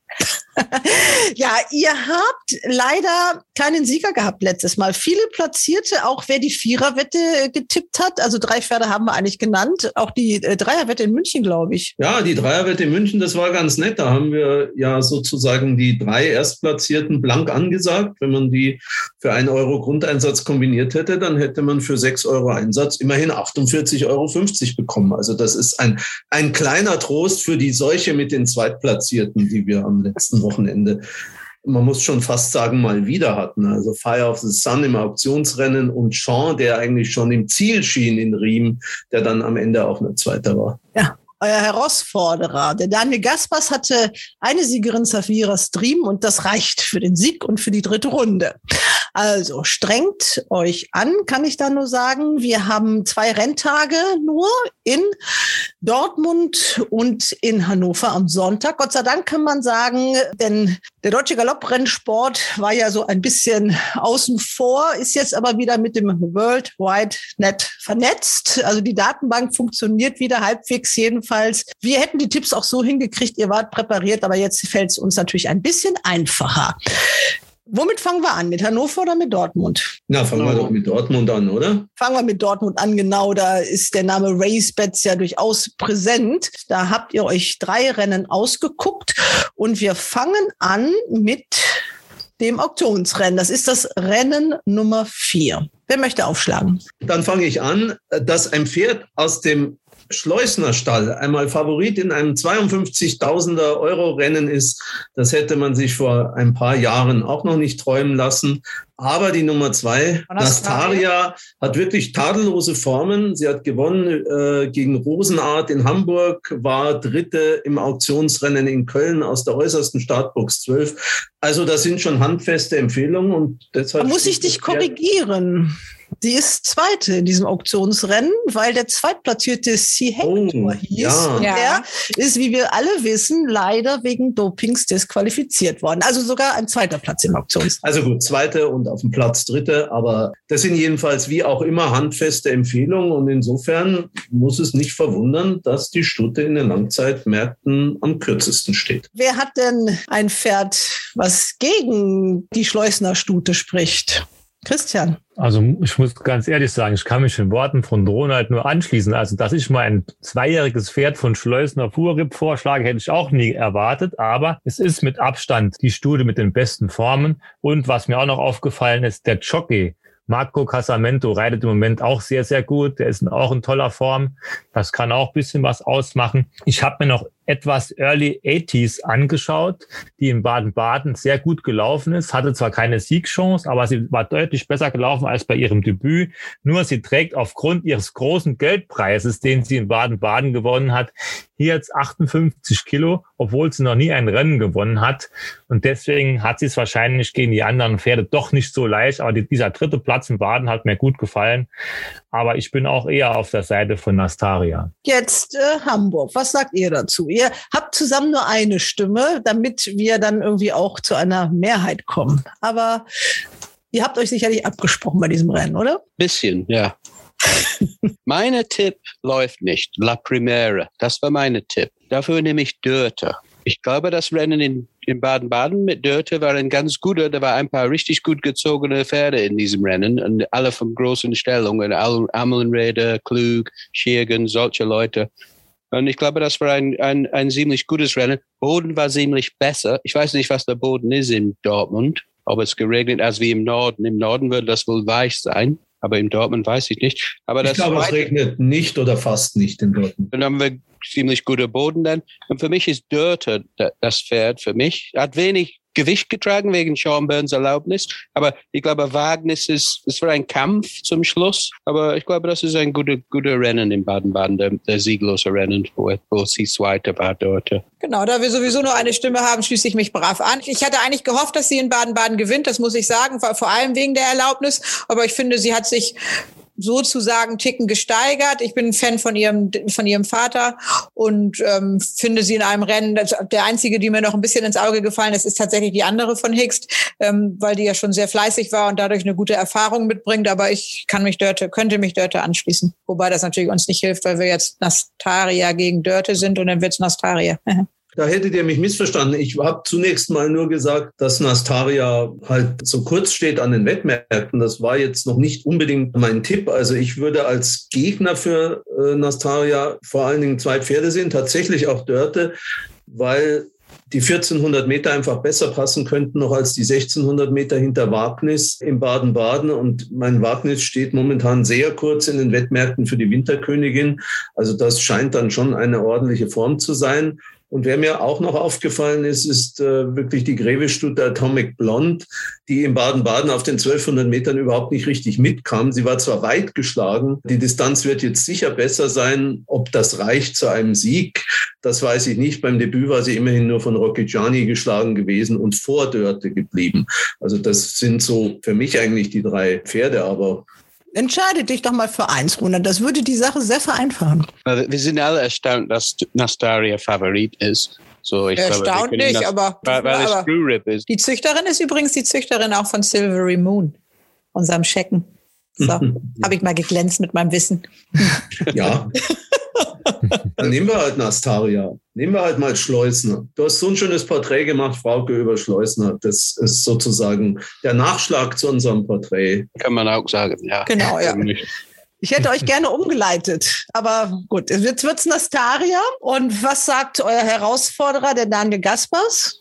[SPEAKER 3] Ja, ihr habt leider keinen Sieger gehabt letztes Mal. Viele Platzierte, auch wer die Viererwette getippt hat. Also 3 Pferde haben wir eigentlich genannt. Auch die Dreierwette in München, glaube ich.
[SPEAKER 7] Ja, die Dreierwette in München, das war ganz nett. Da haben wir ja sozusagen die 3 Erstplatzierten blank angesagt. Wenn man die für 1 Euro Grundeinsatz kombiniert hätte, dann hätte man für 6 Euro Einsatz immerhin 48,50 Euro bekommen. Also das ist ein kleiner Trost für die Seuche mit den Zweitplatzierten, die wir am letzten Wochenende, man muss schon fast sagen, mal wieder hatten. Also Fire of the Sun im Auktionsrennen und Sean, der eigentlich schon im Ziel schien in Riem, der dann am Ende auch nur Zweiter war.
[SPEAKER 3] Ja, euer Herausforderer. Der Daniel Gaspers hatte eine Siegerin, Safira Stream, und das reicht für den Sieg und für die 3. Runde. Also strengt euch an, kann ich da nur sagen. Wir haben 2 Renntage nur in Dortmund und in Hannover am Sonntag. Gott sei Dank kann man sagen, denn der deutsche Galopprennsport war ja so ein bisschen außen vor, ist jetzt aber wieder mit dem World Wide Net vernetzt. Also die Datenbank funktioniert wieder halbwegs jedenfalls. Wir hätten die Tipps auch so hingekriegt, ihr wart präpariert, aber jetzt fällt es uns natürlich ein bisschen einfacher. Womit fangen wir an? Mit Hannover oder mit Dortmund?
[SPEAKER 7] Na, fangen wir doch mit Dortmund an, oder?
[SPEAKER 3] Fangen wir mit Dortmund an, genau. Da ist der Name RaceBets ja durchaus präsent. Da habt ihr euch 3 Rennen ausgeguckt, und wir fangen an mit dem Auktionsrennen. Das ist das Rennen Nummer 4. Wer möchte aufschlagen?
[SPEAKER 7] Dann fange ich an, dass ein Pferd aus dem Schleusner Stall einmal Favorit in einem 52.000er Euro Rennen ist. Das hätte man sich vor ein paar Jahren auch noch nicht träumen lassen. Aber die Nummer 2, Nastaria, hat wirklich tadellose Formen. Sie hat gewonnen gegen Rosenart in Hamburg, war 3. im Auktionsrennen in Köln aus der äußersten Startbox 12. Also das sind schon handfeste Empfehlungen. Und deshalb
[SPEAKER 3] da muss ich dich korrigieren. Sie ist 2. in diesem Auktionsrennen, weil der zweitplatzierte C-Hector hieß.
[SPEAKER 7] Ja.
[SPEAKER 3] Und der ist, wie wir alle wissen, leider wegen Dopings disqualifiziert worden. Also sogar ein 2. Platz im Auktionsrennen.
[SPEAKER 7] Also gut, 2. und auf dem Platz 3. Aber das sind jedenfalls wie auch immer handfeste Empfehlungen. Und insofern muss es nicht verwundern, dass die Stute in den Langzeitmärkten am kürzesten steht.
[SPEAKER 3] Wer hat denn ein Pferd, was gegen die Schleusner Stute spricht? Christian.
[SPEAKER 1] Also ich muss ganz ehrlich sagen, ich kann mich den Worten von Ronald nur anschließen. Also dass ich mal ein 2-jähriges Pferd von Schleusner Fuhrripp vorschlage, hätte ich auch nie erwartet. Aber es ist mit Abstand die Stute mit den besten Formen. Und was mir auch noch aufgefallen ist, der Jockey Marco Casamento reitet im Moment auch sehr, sehr gut. Der ist auch in toller Form. Das kann auch ein bisschen was ausmachen. Ich habe mir noch etwas Early 80s angeschaut, die in Baden-Baden sehr gut gelaufen ist, hatte zwar keine Siegchance, aber sie war deutlich besser gelaufen als bei ihrem Debüt. Nur sie trägt aufgrund ihres großen Geldpreises, den sie in Baden-Baden gewonnen hat, hier jetzt 58 Kilo, obwohl sie noch nie ein Rennen gewonnen hat. Und deswegen hat sie es wahrscheinlich gegen die anderen Pferde doch nicht so leicht. Aber dieser dritte Platz in Baden hat mir gut gefallen. Aber ich bin auch eher auf der Seite von Nastaria.
[SPEAKER 3] Jetzt Hamburg. Was sagt ihr dazu? Ihr habt zusammen nur eine Stimme, damit wir dann irgendwie auch zu einer Mehrheit kommen. Aber ihr habt euch sicherlich abgesprochen bei diesem Rennen, oder?
[SPEAKER 5] Bisschen, ja. Meine Tipp läuft nicht. La Primera. Das war meine Tipp. Dafür nehme ich Dörte. Ich glaube, das Rennen in Baden-Baden mit Dörte war ein ganz guter. Da war ein paar richtig gut gezogene Pferde in diesem Rennen. Und alle von großen Stellungen. Amelenreder, Klug, Schiergen, solche Leute. Und ich glaube, das war ein ziemlich gutes Rennen. Boden war ziemlich besser. Ich weiß nicht, was der Boden ist in Dortmund. Ob es geregnet als wie im Norden. Im Norden würde das wohl weich sein. Aber in Dortmund weiß ich nicht. Aber
[SPEAKER 7] ich glaube, es regnet nicht oder fast nicht in Dortmund.
[SPEAKER 5] Dann haben wir ziemlich guter Boden dann. Und für mich ist Dörte das Pferd für mich. Hat wenig Gewicht getragen wegen Sean Burns Erlaubnis. Aber ich glaube, Wagnis es war ein Kampf zum Schluss. Aber ich glaube, das ist ein guter Rennen in Baden-Baden, der sieglose Rennen, wo sie Zweite war dort.
[SPEAKER 8] Genau, da wir sowieso nur eine Stimme haben, schließe ich mich brav an. Ich hatte eigentlich gehofft, dass sie in Baden-Baden gewinnt, das muss ich sagen, vor allem wegen der Erlaubnis. Aber ich finde, sie hat sich sozusagen Ticken gesteigert. Ich bin ein Fan von ihrem Vater und finde sie in einem Rennen, der einzige, die mir noch ein bisschen ins Auge gefallen ist tatsächlich die andere von Hickst, weil die ja schon sehr fleißig war und dadurch eine gute Erfahrung mitbringt. Aber ich könnte mich Dörte anschließen. Wobei das natürlich uns nicht hilft, weil wir jetzt Nastaria gegen Dörte sind und dann wird's Nastaria.
[SPEAKER 7] Da hättet ihr mich missverstanden. Ich habe zunächst mal nur gesagt, dass Nastaria halt so kurz steht an den Wettmärkten. Das war jetzt noch nicht unbedingt mein Tipp. Also ich würde als Gegner für Nastaria vor allen Dingen 2 Pferde sehen, tatsächlich auch Dörte, weil die 1400 Meter einfach besser passen könnten noch als die 1600 Meter hinter Wagnis in Baden-Baden. Und mein Wagnis steht momentan sehr kurz in den Wettmärkten für die Winterkönigin. Also das scheint dann schon eine ordentliche Form zu sein. Und wer mir auch noch aufgefallen ist wirklich die Grevestute Atomic Blonde, die in Baden-Baden auf den 1200 Metern überhaupt nicht richtig mitkam. Sie war zwar weit geschlagen, die Distanz wird jetzt sicher besser sein. Ob das reicht zu einem Sieg, das weiß ich nicht. Beim Debüt war sie immerhin nur von Rocchigiani geschlagen gewesen und vor Dörte geblieben. Also das sind so für mich eigentlich die 3 Pferde, aber...
[SPEAKER 3] Entscheide dich doch mal für eins, Roland. Das würde die Sache sehr vereinfachen.
[SPEAKER 5] Wir sind alle erstaunt, dass Nastaria Favorit ist. So, ich
[SPEAKER 8] erstaunt
[SPEAKER 5] glaube,
[SPEAKER 8] nicht, aber
[SPEAKER 5] es Screw-Rip ist.
[SPEAKER 8] Die Züchterin ist übrigens die Züchterin auch von Silvery Moon, unserem Schecken. So, habe ich mal geglänzt mit meinem Wissen.
[SPEAKER 7] Ja. Dann nehmen wir halt Nastaria. Nehmen wir halt mal Schleusner. Du hast so ein schönes Porträt gemacht, Frauke, über Schleusner. Das ist sozusagen der Nachschlag zu unserem Porträt.
[SPEAKER 5] Kann man auch sagen, ja.
[SPEAKER 8] Genau, ja.
[SPEAKER 3] Ich hätte euch gerne umgeleitet, aber gut, jetzt wird's Nastaria. Und was sagt euer Herausforderer, der Daniel Gaspers?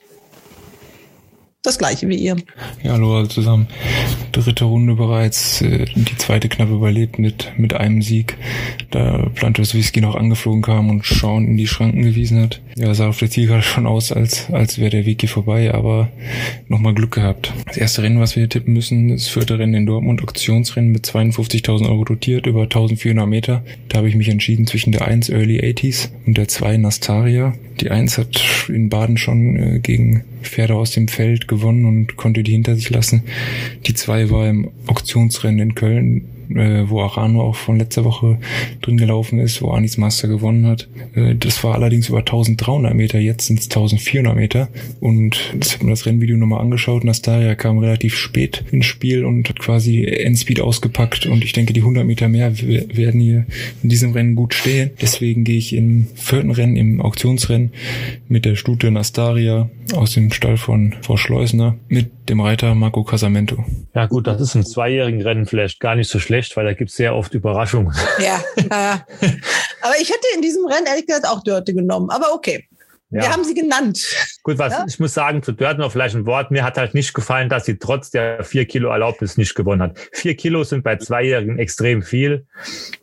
[SPEAKER 3] Das gleiche wie ihr.
[SPEAKER 9] Ja, hallo zusammen. 3. Runde bereits, die 2. knapp überlebt mit einem Sieg. Da Plantos Whisky noch angeflogen kam und Sean in die Schranken gewiesen hat. Ja, sah auf der Zielkarte schon aus, als wäre der Weg hier vorbei, aber nochmal Glück gehabt. Das erste Rennen, was wir hier tippen müssen, ist das 4. Rennen in Dortmund, Auktionsrennen mit 52.000 Euro dotiert, über 1.400 Meter. Da habe ich mich entschieden zwischen der 1 Early 80s und der 2 Nastaria. Die 1 hat in Baden schon gegen Pferde aus dem Feld gewonnen und konnte die hinter sich lassen. Die 2 war im Auktionsrennen in Köln, wo Arano auch von letzter Woche drin gelaufen ist, wo Anis Master gewonnen hat. Das war allerdings über 1300 Meter, jetzt sind es 1400 Meter. Und ich habe mir das Rennvideo nochmal angeschaut. Nastaria kam relativ spät ins Spiel und hat quasi Endspeed ausgepackt. Und ich denke, die 100 Meter mehr werden hier in diesem Rennen gut stehen. Deswegen gehe ich im 4. Rennen, im Auktionsrennen, mit der Stute Nastaria aus dem Stall von Frau Schleusner mit dem Reiter Marco Casamento.
[SPEAKER 1] Ja gut, das ist im 2-jährigen Rennen vielleicht gar nicht so schlecht, weil da gibt es sehr oft Überraschungen.
[SPEAKER 3] Ja, aber ich hätte in diesem Rennen ehrlich gesagt auch Dörte genommen, aber okay. Ja. Wir haben sie genannt.
[SPEAKER 1] Gut, ich muss sagen, zu Dörte noch vielleicht ein Wort. Mir hat halt nicht gefallen, dass sie trotz der 4 Kilo Erlaubnis nicht gewonnen hat. 4 Kilo sind bei 2-Jährigen extrem viel.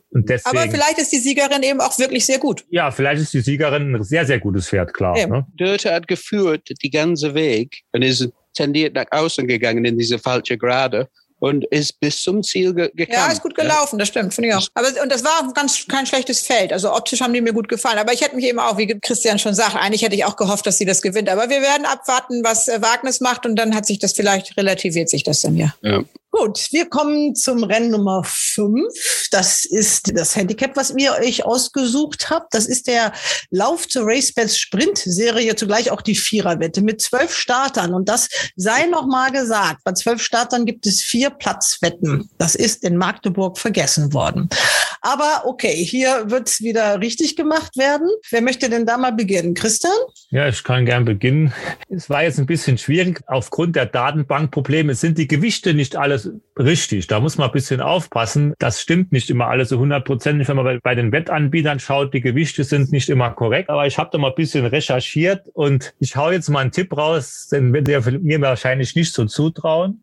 [SPEAKER 1] Und deswegen,
[SPEAKER 8] aber vielleicht ist die Siegerin eben auch wirklich sehr gut.
[SPEAKER 1] Ja, vielleicht ist die Siegerin ein sehr, sehr gutes Pferd, klar. Ne?
[SPEAKER 5] Dörte hat geführt die ganze Weg und ist tendiert nach außen gegangen in diese falsche Gerade. Und ist bis zum Ziel gekommen.
[SPEAKER 8] Ja, ist gut gelaufen, das stimmt, finde ich auch. Und das war kein schlechtes Feld. Also optisch haben die mir gut gefallen. Aber ich hätte mich eben auch, wie Christian schon sagt, eigentlich hätte ich auch gehofft, dass sie das gewinnt. Aber wir werden abwarten, was Wagnis macht und dann hat sich das vielleicht, relativiert sich das dann ja.
[SPEAKER 3] Gut, wir kommen zum Rennen Nummer 5. Das ist das Handicap, was ihr euch ausgesucht habt. Das ist der Lauf zur RaceBets Sprint-Serie, zugleich auch die Viererwette mit 12 Startern. Und das sei noch mal gesagt, bei 12 Startern gibt es 4 Platzwetten. Das ist in Magdeburg vergessen worden. Aber okay, hier wird's wieder richtig gemacht werden. Wer möchte denn da mal beginnen? Christian?
[SPEAKER 1] Ja, ich kann gern beginnen. Es war jetzt ein bisschen schwierig. Aufgrund der Datenbankprobleme sind die Gewichte nicht alles richtig. Da muss man ein bisschen aufpassen. Das stimmt nicht immer alles so 100%. Wenn man bei den Wettanbietern schaut, die Gewichte sind nicht immer korrekt. Aber ich habe da mal ein bisschen recherchiert und ich hau jetzt mal einen Tipp raus, den wird ihr mir wahrscheinlich nicht so zutrauen.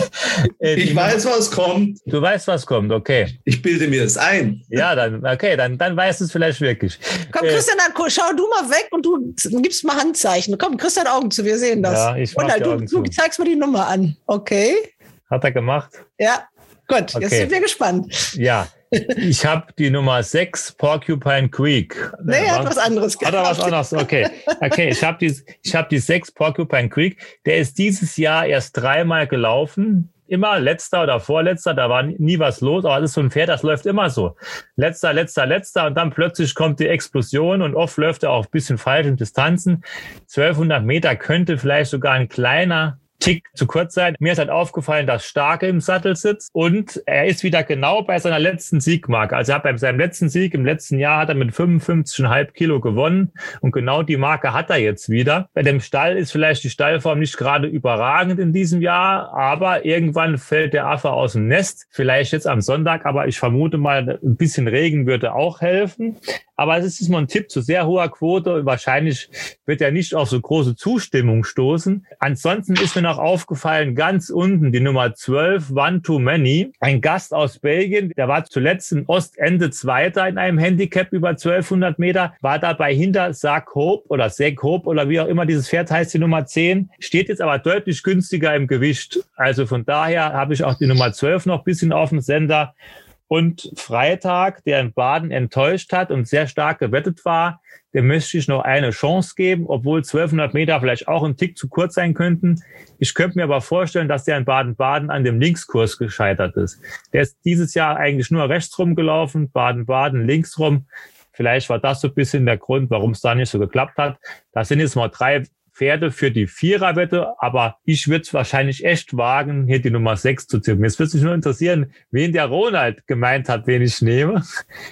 [SPEAKER 7] Ich weiß, was kommt.
[SPEAKER 1] Du weißt, was kommt, okay.
[SPEAKER 7] Ich bilde mir das ein.
[SPEAKER 1] Ja, dann weißt du es vielleicht wirklich.
[SPEAKER 3] Komm, Christian, dann schau du mal weg und du gibst mal Handzeichen. Komm, Christian, Augen zu, wir sehen das.
[SPEAKER 1] Ja, ich mach die Augen zu.
[SPEAKER 3] Du zeigst mir die Nummer an, okay?
[SPEAKER 1] Hat er gemacht?
[SPEAKER 3] Ja, gut,
[SPEAKER 1] okay.
[SPEAKER 3] Jetzt sind wir gespannt.
[SPEAKER 1] Ja, ich habe die Nummer 6, Porcupine Creek.
[SPEAKER 3] Nee, er hat was anderes gehabt.
[SPEAKER 1] Hat er was anderes? Okay, ich habe die 6, Porcupine Creek. Der ist dieses Jahr erst 3-mal gelaufen. Immer letzter oder vorletzter, da war nie was los, aber das ist so ein Pferd, das läuft immer so. Letzter und dann plötzlich kommt die Explosion und oft läuft er auch ein bisschen falschen Distanzen. 1200 Meter könnte vielleicht sogar ein kleiner Tick zu kurz sein. Mir ist halt aufgefallen, dass Starke im Sattel sitzt und er ist wieder genau bei seiner letzten Siegmarke. Also er hat bei seinem letzten Sieg im letzten Jahr hat er mit 55,5 Kilo gewonnen und genau die Marke hat er jetzt wieder. Bei dem Stall ist vielleicht die Stallform nicht gerade überragend in diesem Jahr, aber irgendwann fällt der Affe aus dem Nest. Vielleicht jetzt am Sonntag, aber ich vermute mal, ein bisschen Regen würde auch helfen. Aber es ist mal ein Tipp zu sehr hoher Quote und wahrscheinlich wird er nicht auf so große Zustimmung stoßen. Ansonsten ist mir noch aufgefallen, ganz unten die Nummer 12, One Too Many. Ein Gast aus Belgien, der war zuletzt in Ostende Zweiter in einem Handicap über 1200 Meter, war dabei hinter Zach Hope oder wie auch immer dieses Pferd heißt, die Nummer 10, steht jetzt aber deutlich günstiger im Gewicht. Also von daher habe ich auch die Nummer 12 noch ein bisschen auf dem Sender. Und Freitag, der in Baden enttäuscht hat und sehr stark gewettet war, dem möchte ich noch eine Chance geben, obwohl 1200 Meter vielleicht auch ein Tick zu kurz sein könnten. Ich könnte mir aber vorstellen, dass der in Baden-Baden an dem Linkskurs gescheitert ist. Der ist dieses Jahr eigentlich nur rechtsrum gelaufen, Baden-Baden linksrum. Vielleicht war das so ein bisschen der Grund, warum es da nicht so geklappt hat. Da sind jetzt mal 3 Pferde für die Viererwette, aber ich würde es wahrscheinlich echt wagen, hier die Nummer 6 zu tippen. Jetzt würde mich nur interessieren, wen der Ronald gemeint hat, wen ich nehme.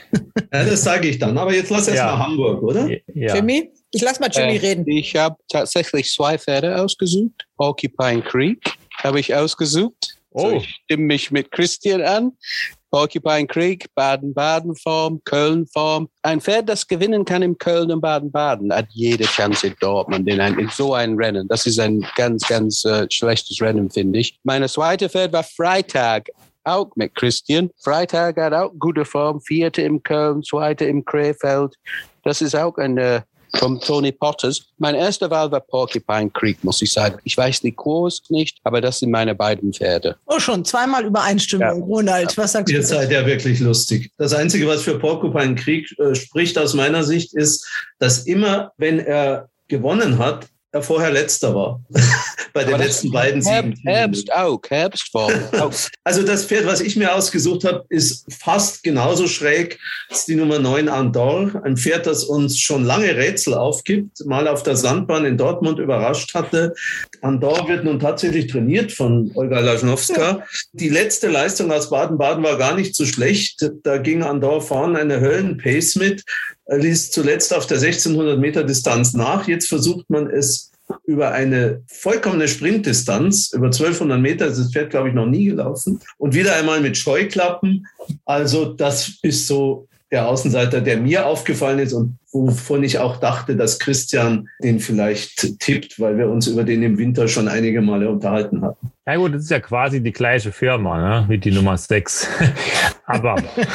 [SPEAKER 7] Ja, das sage ich dann, aber jetzt lass erst mal Hamburg, oder?
[SPEAKER 1] Ja.
[SPEAKER 8] Jimmy? Ich lass mal Jimmy reden.
[SPEAKER 5] Ich habe tatsächlich 2 Pferde ausgesucht. Porcupine Creek habe ich ausgesucht.
[SPEAKER 1] Oh.
[SPEAKER 5] So, ich stimme mich mit Christian an. Porcupine Creek, Baden-Baden-Form, Köln-Form. Ein Pferd, das gewinnen kann im Köln und Baden-Baden, hat jede Chance in Dortmund in so ein Rennen. Das ist ein ganz, ganz schlechtes Rennen, finde ich. Meine zweite Pferd war Freitag, auch mit Christian. Freitag hat auch gute Form, 4. im Köln, 2. im Krefeld. Das ist auch eine vom Tony Potters. Meine erste Wahl war Porcupine Creek, muss ich sagen. Ich weiß die Kurs nicht, aber das sind meine beiden Pferde.
[SPEAKER 3] Oh, schon 2-mal Übereinstimmung, Ronald. Was sagst du?
[SPEAKER 7] Ihr seid ja wirklich lustig. Das Einzige, was für Porcupine Creek spricht aus meiner Sicht, ist, dass immer, wenn er gewonnen hat, er vorher Letzter war. Bei den letzten beiden Siegen.
[SPEAKER 5] Herbstform.
[SPEAKER 7] Also das Pferd, was ich mir ausgesucht habe, ist fast genauso schräg. Das ist die Nummer 9 Andor. Ein Pferd, das uns schon lange Rätsel aufgibt, mal auf der Sandbahn in Dortmund überrascht hatte. Andor wird nun tatsächlich trainiert von Olga Laschnowska. Ja. Die letzte Leistung aus Baden-Baden war gar nicht so schlecht. Da ging Andor vorne eine Höllenpace mit, ließ zuletzt auf der 1600 Meter Distanz nach. Jetzt versucht man es über eine vollkommene Sprintdistanz, über 1200 Meter, ist das Pferd, glaube ich, noch nie gelaufen. Und wieder einmal mit Scheuklappen. Also das ist so der Außenseiter, der mir aufgefallen ist und wovon ich auch dachte, dass Christian den vielleicht tippt, weil wir uns über den im Winter schon einige Male unterhalten hatten.
[SPEAKER 1] Ja gut, das ist ja quasi die gleiche Firma, ne, wie die Nummer 6. Aber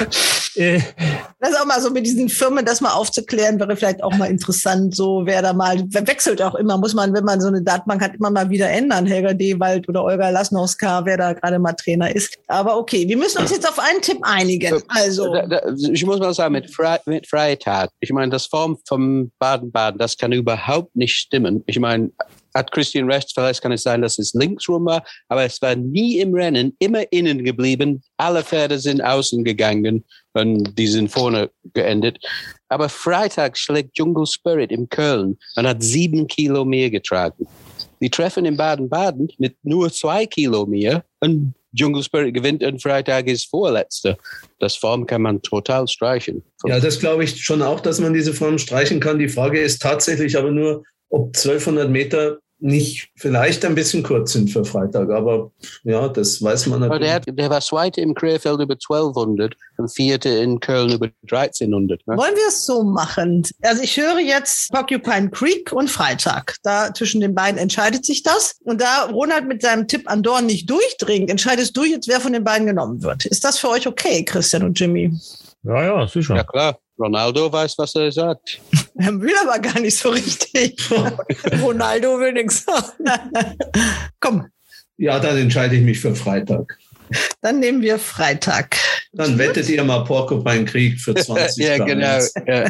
[SPEAKER 3] das ist auch mal so mit diesen Firmen, das mal aufzuklären, wäre vielleicht auch mal interessant, so wer da mal, wechselt auch immer, muss man, wenn man so eine Datenbank hat, immer mal wieder ändern, Helga Dewald oder Olga Lasnowska, wer da gerade mal Trainer ist. Aber okay, wir müssen uns jetzt auf einen Tipp einigen. Also
[SPEAKER 5] ich muss mal sagen, mit Freitag, ich meine, das Form vom Baden-Baden, das kann überhaupt nicht stimmen. Ich meine, hat Christian recht, vielleicht kann es sein, dass es links rum war, aber es war nie im Rennen, immer innen geblieben. Alle Pferde sind außen gegangen und die sind vorne geendet. Aber Freitag schlägt Jungle Spirit in Köln und hat 7 Kilo mehr getragen. Die treffen in Baden-Baden mit nur 2 Kilo mehr und Jungle Spirit gewinnt und Freitag ist Vorletzter. Das Form kann man total streichen.
[SPEAKER 7] Ja, das glaube ich schon auch, dass man diese Form streichen kann. Die Frage ist tatsächlich aber nur, ob 1200 Meter nicht vielleicht ein bisschen kurz sind für Freitag, aber ja, das weiß man natürlich.
[SPEAKER 5] Aber der war Zweiter im Krefeld über 1200 und Vierter in Köln über 1300. Ne?
[SPEAKER 3] Wollen wir es so machen? Also ich höre jetzt Porcupine Creek und Freitag. Da zwischen den beiden entscheidet sich das. Und da Ronald mit seinem Tipp Andorra nicht durchdringt, entscheidest du jetzt, wer von den beiden genommen wird. Ist das für euch okay, Christian und Jimmy?
[SPEAKER 1] Ja, sicher.
[SPEAKER 5] Ja, klar. Ronaldo weiß, was er sagt.
[SPEAKER 3] Er will aber gar nicht so richtig. Ronaldo will nichts sagen. Komm.
[SPEAKER 7] Ja, dann entscheide ich mich für Freitag.
[SPEAKER 3] Dann nehmen wir Freitag.
[SPEAKER 7] Dann wettet ihr mal Porcupine Creek für 20
[SPEAKER 5] Ja, genau. Ja.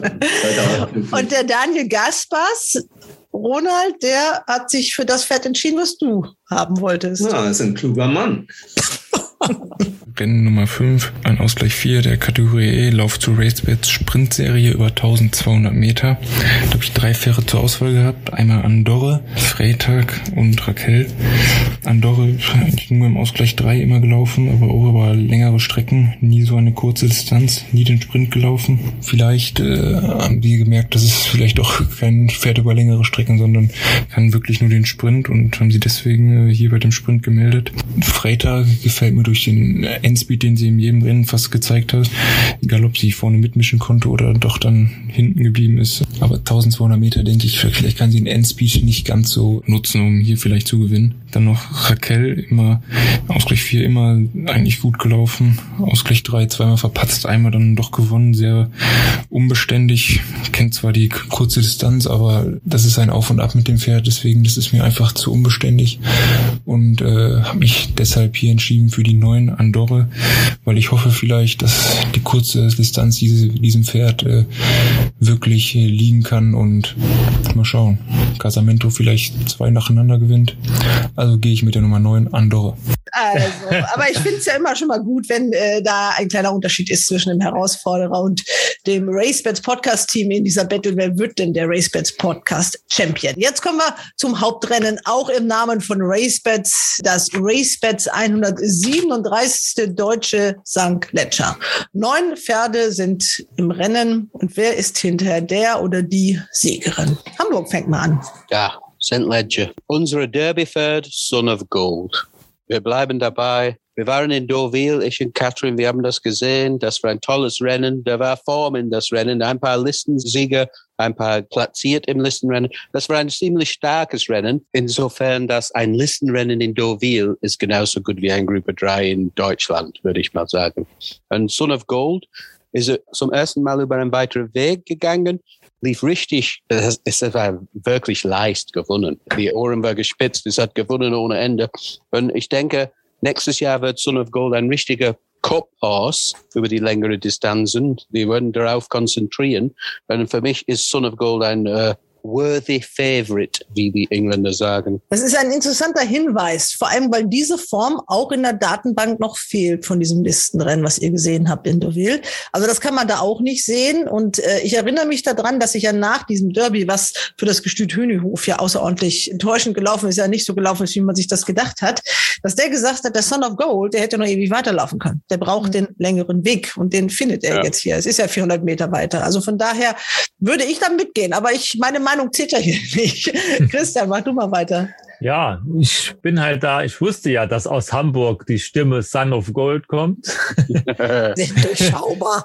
[SPEAKER 3] Und der Daniel Gaspers, Ronald, der hat sich für das Pferd entschieden, was du haben wolltest.
[SPEAKER 7] Ja, er ist ein kluger Mann.
[SPEAKER 9] Rennen Nummer 5, ein Ausgleich 4 der Kategorie E, Lauf zu RaceBets Sprintserie über 1200 Meter. Da habe ich 3 Pferde zur Auswahl gehabt. Einmal Andorre, Freitag und Raquel. Andorre eigentlich nur im Ausgleich 3 immer gelaufen, aber auch über längere Strecken, nie so eine kurze Distanz, nie den Sprint gelaufen. Vielleicht haben die gemerkt, dass es vielleicht auch kein Pferd über längere Strecken, sondern kann wirklich nur den Sprint und haben sie deswegen hier bei dem Sprint gemeldet. Freitag gefällt mir durch den Endspeed, den sie in jedem Rennen fast gezeigt hat. Egal, ob sie vorne mitmischen konnte oder doch dann hinten geblieben ist. Aber 1200 Meter, denke ich, vielleicht kann sie den Endspeed nicht ganz so nutzen, um hier vielleicht zu gewinnen. Dann noch Raquel, immer Ausgleich 4, immer eigentlich gut gelaufen. Ausgleich 3, zweimal verpatzt, einmal dann doch gewonnen. Sehr unbeständig. Kennt zwar die kurze Distanz, aber das ist ein Auf und Ab mit dem Pferd. Deswegen, das ist mir einfach zu unbeständig. Und habe mich deshalb hier entschieden für die 9 Andorre, weil ich hoffe vielleicht, dass die kurze Distanz diesem Pferd wirklich liegen kann und mal schauen. Casamento vielleicht 2 nacheinander gewinnt. Also gehe ich mit der Nummer 9 Andorre.
[SPEAKER 3] Also, aber ich finde es ja immer schon mal gut, wenn da ein kleiner Unterschied ist zwischen dem Herausforderer und dem RaceBets Podcast Team in dieser Battle. Wer wird denn der RaceBets Podcast Champion? Jetzt kommen wir zum Hauptrennen, auch im Namen von RaceBets, das RaceBets 137. Deutsche St. Leger. 9 Pferde sind im Rennen und wer ist hinterher der oder die Siegerin? Hamburg fängt mal an.
[SPEAKER 5] Ja, St. Leger. Unsere Derby-Pferd, Son of Gold. Wir bleiben dabei. Wir waren in Deauville, ich und Catherine, wir haben das gesehen. Das war ein tolles Rennen. Da war Form in das Rennen. Ein paar Listensieger, ein paar platziert im Listenrennen. Das war ein ziemlich starkes Rennen. Insofern, dass ein Listenrennen in Deauville ist genauso gut wie ein Gruppe 3 in Deutschland, würde ich mal sagen. Und Son of Gold ist zum ersten Mal über einen weiteren Weg gegangen. Lief richtig, es war wirklich leicht gewonnen. Die Ohren war gespitzt, es hat gewonnen ohne Ende. Und ich denke, nächstes Jahr wird Son of Gold ein richtiger Cup-Horse über die längere Distanzen. Die werden darauf konzentrieren. Und für mich ist Son of Gold ein worthy favorite, wie die Engländer sagen.
[SPEAKER 3] Das ist ein interessanter Hinweis, vor allem, weil diese Form auch in der Datenbank noch fehlt von diesem Listenrennen, was ihr gesehen habt in Deauville. Also das kann man da auch nicht sehen. Und ich erinnere mich daran, dass ich ja nach diesem Derby, was für das Gestüt Hönihof ja außerordentlich enttäuschend gelaufen ist, ja nicht so gelaufen ist, wie man sich das gedacht hat, dass der gesagt hat, der Son of Gold, der hätte noch ewig weiterlaufen können. Der braucht den längeren Weg und den findet er jetzt hier. Es ist ja 400 Meter weiter. Also von daher würde ich da mitgehen. Aber meine Meinung zählt ja hier nicht. Christian, mach du mal weiter.
[SPEAKER 1] Ja, ich bin halt da, ich wusste ja, dass aus Hamburg die Stimme Son of Gold kommt.
[SPEAKER 8] Sehr durchschaubar.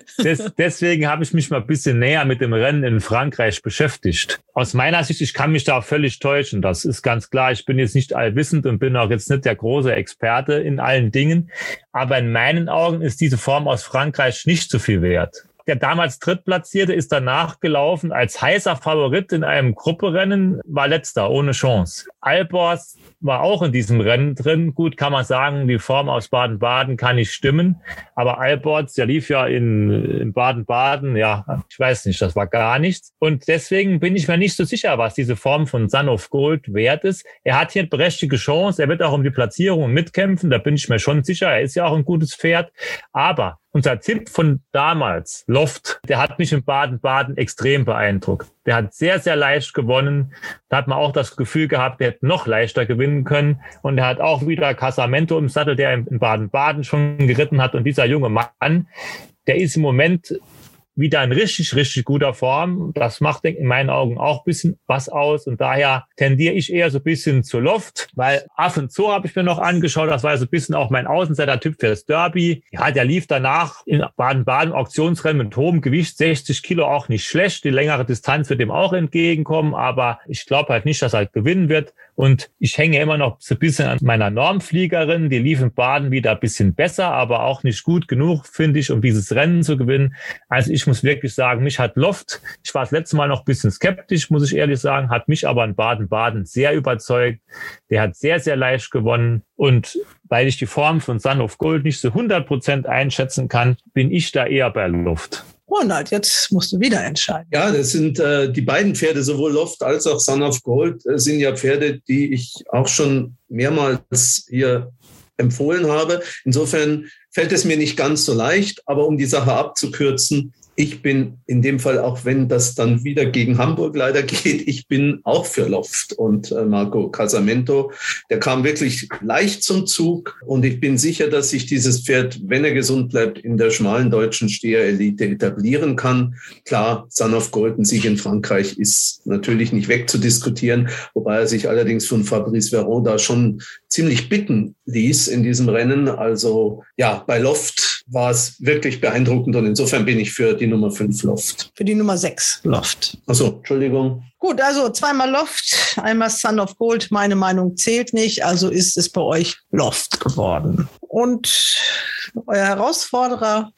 [SPEAKER 1] Deswegen habe ich mich mal ein bisschen näher mit dem Rennen in Frankreich beschäftigt. Aus meiner Sicht, ich kann mich da völlig täuschen. Das ist ganz klar. Ich bin jetzt nicht allwissend und bin auch jetzt nicht der große Experte in allen Dingen. Aber in meinen Augen ist diese Form aus Frankreich nicht so viel wert. Der damals Drittplatzierte ist danach gelaufen als heißer Favorit in einem Grupperennen, war letzter, ohne Chance. Albers war auch in diesem Rennen drin. Gut, kann man sagen, die Form aus Baden-Baden kann nicht stimmen. Aber Albers, der lief ja in Baden-Baden, ja, ich weiß nicht, das war gar nichts. Und deswegen bin ich mir nicht so sicher, was diese Form von Son of Gold wert ist. Er hat hier eine berechtigte Chance, er wird auch um die Platzierung mitkämpfen, da bin ich mir schon sicher. Er ist ja auch ein gutes Pferd. Aber unser Tipp von damals, Loft, der hat mich in Baden-Baden extrem beeindruckt. Der hat sehr, sehr leicht gewonnen. Da hat man auch das Gefühl gehabt, der hätte noch leichter gewinnen können. Und er hat auch wieder Casamento im Sattel, der in Baden-Baden schon geritten hat. Und dieser junge Mann, der ist im Moment wieder in richtig, richtig guter Form. Das macht in meinen Augen auch ein bisschen was aus. Und daher tendiere ich eher so ein bisschen zur Loft, weil Affen Zoo habe ich mir noch angeschaut. Das war so ein bisschen auch mein Außenseiter-Typ für das Derby. Ja, der lief danach in Baden-Baden Auktionsrennen mit hohem Gewicht, 60 Kilo, auch nicht schlecht. Die längere Distanz wird dem auch entgegenkommen. Aber ich glaube halt nicht, dass er halt gewinnen wird. Und ich hänge immer noch so ein bisschen an meiner Normfliegerin. Die lief in Baden wieder ein bisschen besser, aber auch nicht gut genug, finde ich, um dieses Rennen zu gewinnen. Also ich muss wirklich sagen, mich hat Loft, ich war das letzte Mal noch ein bisschen skeptisch, muss ich ehrlich sagen, hat mich aber in Baden-Baden sehr überzeugt. Der hat sehr, sehr leicht gewonnen. Und weil ich die Form von Son of Gold nicht so 100% einschätzen kann, bin ich da eher bei Loft.
[SPEAKER 3] Ronald, jetzt musst du wieder entscheiden.
[SPEAKER 7] Ja, das sind die beiden Pferde, sowohl Loft als auch Son of Gold, sind ja Pferde, die ich auch schon mehrmals hier empfohlen habe. Insofern fällt es mir nicht ganz so leicht, aber um die Sache abzukürzen, ich bin in dem Fall, auch wenn das dann wieder gegen Hamburg leider geht, ich bin auch für Loft. Und Marco Casamento, der kam wirklich leicht zum Zug. Und ich bin sicher, dass sich dieses Pferd, wenn er gesund bleibt, in der schmalen deutschen Steher-Elite etablieren kann. Klar, Son of Gold, ein Sieg in Frankreich ist natürlich nicht wegzudiskutieren, wobei er sich allerdings von Fabrice Verron da schon ziemlich bitten ließ in diesem Rennen. Also ja, bei Loft war es wirklich beeindruckend und insofern bin ich für die Nummer 5 Loft.
[SPEAKER 3] Für die Nummer 6 Loft.
[SPEAKER 7] Achso, Entschuldigung.
[SPEAKER 3] Gut, also zweimal Loft, einmal Son of Gold. Meine Meinung zählt nicht, also ist es bei euch Loft geworden. Und euer Herausforderer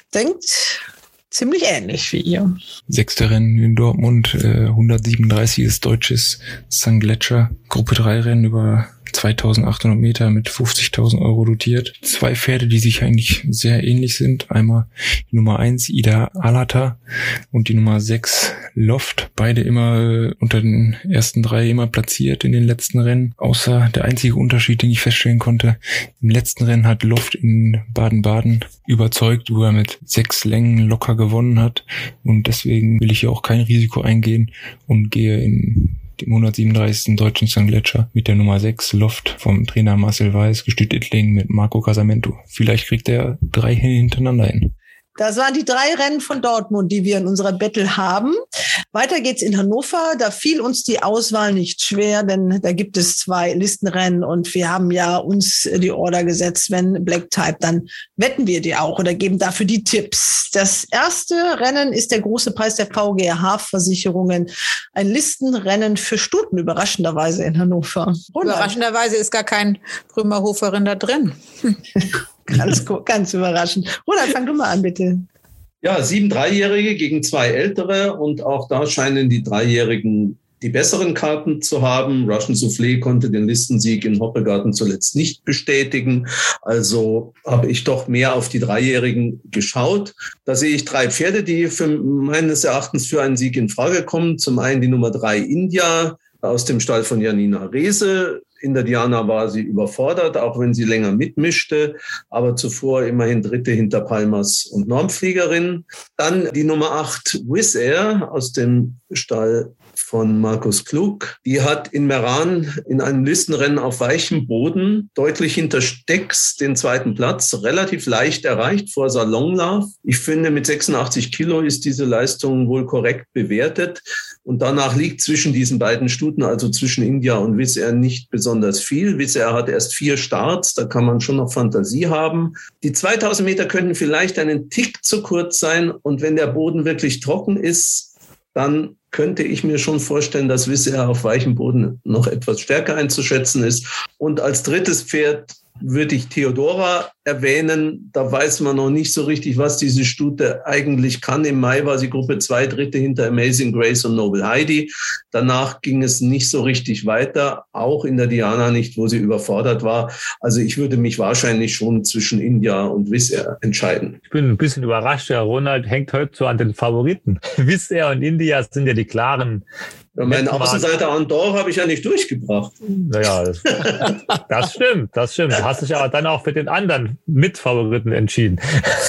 [SPEAKER 3] denkt ziemlich ähnlich wie ihr.
[SPEAKER 9] 6. Rennen in Dortmund, 137. deutsches St. Gletscher, Gruppe 3 Rennen über 2800 Meter mit 50.000 € dotiert. 2 Pferde, die sich eigentlich sehr ähnlich sind. Einmal die Nummer 1, Ida Alata, und die Nummer 6, Loft. Beide immer unter den ersten 3 immer platziert in den letzten Rennen. Außer der einzige Unterschied, den ich feststellen konnte: im letzten Rennen hat Loft in Baden-Baden überzeugt, wo er mit 6 Längen locker gewonnen hat. Und deswegen will ich hier auch kein Risiko eingehen und gehe in dem 137. deutschen St. Gletscher mit der Nummer 6 Loft vom Trainer Marcel Weiß, gestützt Ittling mit Marco Casamento. Vielleicht kriegt er 3 hintereinander hin.
[SPEAKER 3] Das waren die 3 Rennen von Dortmund, die wir in unserer Battle haben. Weiter geht's in Hannover. Da fiel uns die Auswahl nicht schwer, denn da gibt es 2 Listenrennen und wir haben ja uns die Order gesetzt, wenn Black Type, dann wetten wir die auch oder geben dafür die Tipps. Das erste Rennen ist der große Preis der VGH-Versicherungen. Ein Listenrennen für Stuten, überraschenderweise in Hannover.
[SPEAKER 8] Überraschenderweise ist gar kein Römerhoferin da drin.
[SPEAKER 3] Ganz überraschend. Roland, fang du mal an, bitte.
[SPEAKER 7] Ja, 7 Dreijährige gegen 2 Ältere und auch da scheinen die Dreijährigen die besseren Karten zu haben. Russian Soufflé konnte den Listensieg in Hoppegarten zuletzt nicht bestätigen. Also habe ich doch mehr auf die Dreijährigen geschaut. Da sehe ich 3 Pferde, die meines Erachtens für einen Sieg in Frage kommen. Zum einen die Nummer 3 India aus dem Stall von Janina Rehse. In der Diana war sie überfordert, auch wenn sie länger mitmischte, aber zuvor immerhin Dritte hinter Palmas und Normfliegerin. Dann die Nummer 8, Wizz Air aus dem Stall von Markus Klug. Die hat in Meran in einem Listenrennen auf weichem Boden deutlich hinter Stecks den zweiten Platz relativ leicht erreicht vor Salon Love. Ich finde, mit 86 Kilo ist diese Leistung wohl korrekt bewertet. Und danach liegt zwischen diesen beiden Stuten, also zwischen India und Wizz Air, nicht besonders viel. Wizz Air hat erst 4 Starts, da kann man schon noch Fantasie haben. Die 2000 Meter könnten vielleicht einen Tick zu kurz sein. Und wenn der Boden wirklich trocken ist, dann könnte ich mir schon vorstellen, dass Wizz Air auf weichem Boden noch etwas stärker einzuschätzen ist. Und als drittes Pferd würde ich Theodora erwähnen. Da weiß man noch nicht so richtig, was diese Stute eigentlich kann. Im Mai war sie Gruppe 2, Dritte hinter Amazing Grace und Noble Heidi. Danach ging es nicht so richtig weiter, auch in der Diana nicht, wo sie überfordert war. Also ich würde mich wahrscheinlich schon zwischen India und Wizz Air entscheiden.
[SPEAKER 1] Ich bin ein bisschen überrascht, Herr Ronald hängt heute so an den Favoriten. Wizz Air und India sind ja die klaren.
[SPEAKER 7] Ja, meinen Außenseiter Andorra habe ich ja nicht durchgebracht.
[SPEAKER 1] Naja, das stimmt. Du hast dich aber dann auch für den anderen Mitfavoriten entschieden.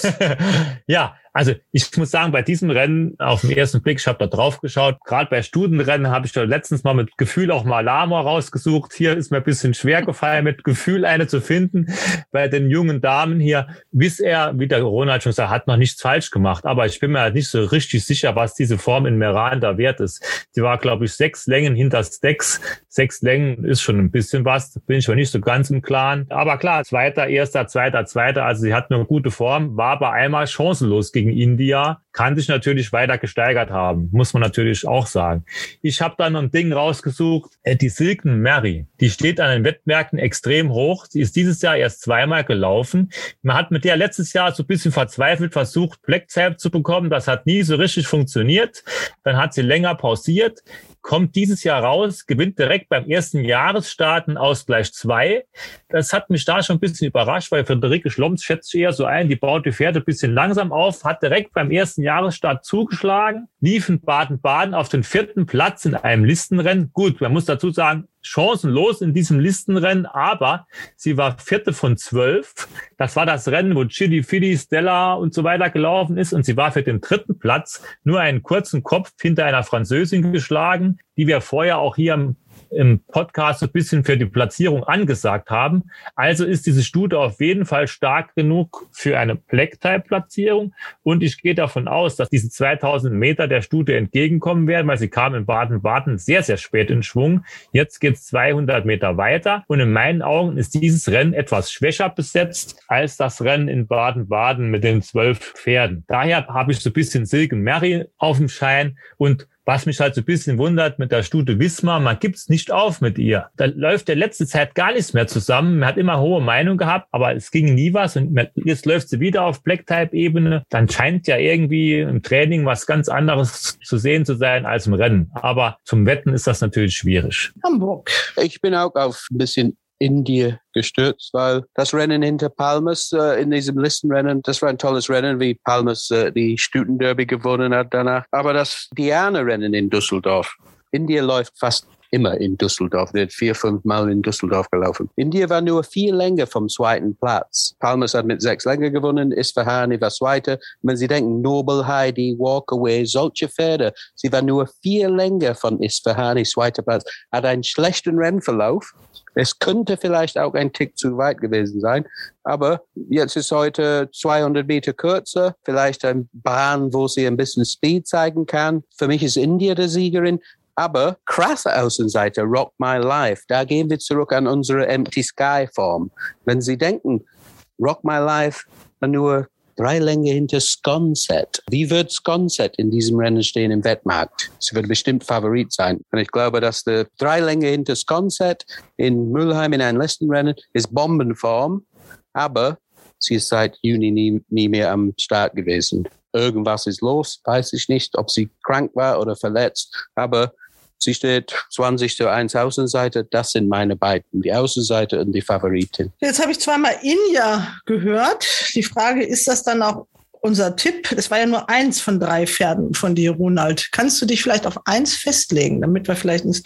[SPEAKER 1] Ja, also ich muss sagen, bei diesem Rennen auf den ersten Blick, ich habe da drauf geschaut, gerade bei Stutenrennen habe ich da letztens mal mit Gefühl auch mal Lama rausgesucht. Hier ist mir ein bisschen schwer gefallen, mit Gefühl eine zu finden. Bei den jungen Damen hier, Wizz Air, wie der Ronald schon gesagt, hat noch nichts falsch gemacht, aber ich bin mir halt nicht so richtig sicher, was diese Form in Meran da wert ist. Sie war, glaube ich, 6 Längen hinter Stacks. 6 Längen ist schon ein bisschen was, bin ich aber nicht so ganz im Klaren. Aber klar, Zweiter, Zweiter, also sie hat eine gute Form, war aber einmal chancenlos gegen India, kann sich natürlich weiter gesteigert haben, muss man natürlich auch sagen. Ich habe dann ein Ding rausgesucht, die Silken Mary, die steht an den Wettmärkten extrem hoch, sie ist dieses Jahr erst 2-mal gelaufen. Man hat mit der letztes Jahr so ein bisschen verzweifelt versucht, Black Type zu bekommen, das hat nie so richtig funktioniert, dann hat sie länger pausiert, kommt dieses Jahr raus, gewinnt direkt beim ersten Jahresstart einen Ausgleich 2. Das hat mich da schon ein bisschen überrascht, weil Friederike Schloms schätzt eher so ein, die baut die Pferde ein bisschen langsam auf, hat direkt beim ersten Jahresstart zugeschlagen, lief in Baden-Baden auf den 4. Platz in einem Listenrennen. Gut, man muss dazu sagen, chancenlos in diesem Listenrennen, aber sie war 4. von 12. Das war das Rennen, wo Chili Fili, Stella und so weiter gelaufen ist und sie war für den 3. Platz nur einen kurzen Kopf hinter einer Französin geschlagen, die wir vorher auch hier im Podcast so ein bisschen für die Platzierung angesagt haben. Also ist diese Stute auf jeden Fall stark genug für eine Black-Type-Platzierung. Und ich gehe davon aus, dass diese 2000 Meter der Stute entgegenkommen werden, weil sie kam in Baden-Baden sehr, sehr spät in Schwung. Jetzt geht es 200 Meter weiter. Und in meinen Augen ist dieses Rennen etwas schwächer besetzt als das Rennen in Baden-Baden mit den 12 Pferden. Daher habe ich so ein bisschen Silken Mary auf dem Schein und was mich halt so ein bisschen wundert mit der Stute Wismar, man gibt's nicht auf mit ihr. Da läuft der letzte Zeit gar nichts mehr zusammen. Man hat immer hohe Meinung gehabt, aber es ging nie was. Und jetzt läuft sie wieder auf Black-Type-Ebene. Dann scheint ja irgendwie im Training was ganz anderes zu sehen zu sein als im Rennen. Aber zum Wetten ist das natürlich schwierig.
[SPEAKER 3] Hamburg.
[SPEAKER 5] Ich bin auch auf ein bisschen India gestürzt, weil das Rennen hinter Palmas in diesem Listenrennen, das war ein tolles Rennen, wie Palmas die Stutenderby gewonnen hat danach. Aber das Diana-Rennen in Düsseldorf, India läuft fast immer in Düsseldorf, wird 4-5 Mal in Düsseldorf gelaufen. India war nur 4 Länge vom 2. Platz. Palmas hat mit 6 Länge gewonnen, Isfahani war 2. Wenn Sie denken, Noble Heidi, Walkaway, solche Pferde, sie war nur 4 Länge von Isfahani, 2. Platz, hat einen schlechten Rennverlauf. Es könnte vielleicht auch ein Tick zu weit gewesen sein, aber jetzt ist heute 200 Meter kürzer, vielleicht eine Bahn, wo sie ein bisschen Speed zeigen kann. Für mich ist India die Siegerin, aber krasse Außenseite, Rock My Life, da gehen wir zurück an unsere Empty Sky Form. Wenn Sie denken, Rock My Life war nur 3 Länge hinter Sconset. Wie wird Sconset in diesem Rennen stehen im Wettmarkt? Sie wird bestimmt Favorit sein. Und ich glaube, dass die 3 Länge hinter Sconset in Mülheim in einem Listenrennen ist Bombenform, aber sie ist seit Juni nie mehr am Start gewesen. Irgendwas ist los, weiß ich nicht, ob sie krank war oder verletzt, aber sie steht 20:1 Außenseite. Das sind meine beiden, die Außenseite und die Favoritin.
[SPEAKER 3] Jetzt habe ich zweimal India gehört. Die Frage, ist das dann auch unser Tipp? Es war ja nur 1 von 3 Pferden von dir, Ronald. Kannst du dich vielleicht auf 1 festlegen, damit wir vielleicht uns doch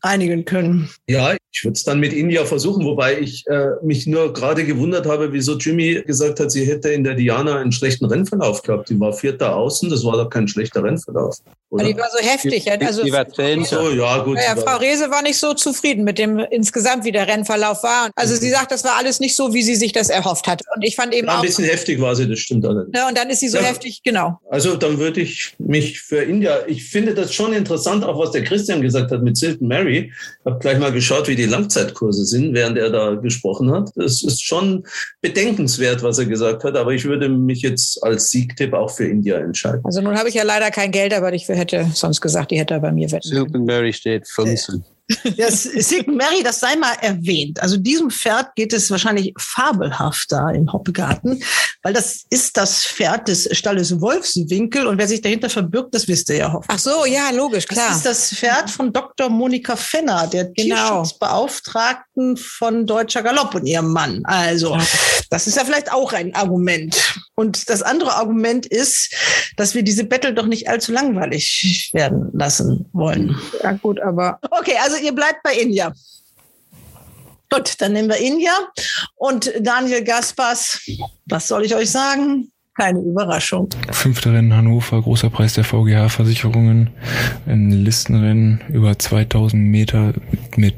[SPEAKER 3] einigen können.
[SPEAKER 7] Ja, ich würde es dann mit India versuchen, wobei ich mich nur gerade gewundert habe, wieso Jimmy gesagt hat, sie hätte in der Diana einen schlechten Rennverlauf gehabt. Die war Vierter außen, das war doch kein schlechter Rennverlauf. Oder?
[SPEAKER 8] Die war so heftig.
[SPEAKER 5] Die war 10.
[SPEAKER 7] So, ja, gut.
[SPEAKER 8] Ja, Frau Rehse war nicht so zufrieden mit dem insgesamt, wie der Rennverlauf war. Also sie sagt, das war alles nicht so, wie sie sich das erhofft hat. Und ich fand eben
[SPEAKER 7] ja,
[SPEAKER 8] auch...
[SPEAKER 7] ein bisschen heftig war sie, das stimmt allerdings.
[SPEAKER 8] Ja, und dann ist sie so heftig, genau.
[SPEAKER 7] Also dann würde ich mich für India... Ich finde das schon interessant, auch was der Christian gesagt hat mit Silton Mary. Ich habe gleich mal geschaut, wie die Langzeitkurse sind, während er da gesprochen hat. Das ist schon bedenkenswert, was er gesagt hat. Aber ich würde mich jetzt als Siegtipp auch für India entscheiden.
[SPEAKER 8] Also nun habe ich ja leider kein Geld, aber ich hätte sonst gesagt, die hätte er bei mir wetten.
[SPEAKER 5] Silton Mary steht 15.
[SPEAKER 3] Das Silton Mary, das sei mal erwähnt. Also diesem Pferd geht es wahrscheinlich fabelhaft da im Hoppegarten, weil das ist das Pferd des Stalles Wolfswinkel und wer sich dahinter verbirgt, das wisst ihr ja hoffentlich.
[SPEAKER 8] Ach so, ja, logisch, klar.
[SPEAKER 3] Das ist das Pferd von Dr. Monika Fenner, der Tierschutzbeauftragten von Deutscher Galopp und ihrem Mann. Also, das ist ja vielleicht auch ein Argument. Und das andere Argument ist, dass wir diese Battle doch nicht allzu langweilig werden lassen wollen.
[SPEAKER 8] Ja gut, aber...
[SPEAKER 3] Okay, also ihr bleibt bei India. Gut, dann nehmen wir India. Und Daniel Gaspers, was soll ich euch sagen? Keine Überraschung.
[SPEAKER 9] 5. Rennen Hannover, großer Preis der VGH-Versicherungen. Ein Listenrennen über 2000 Meter mit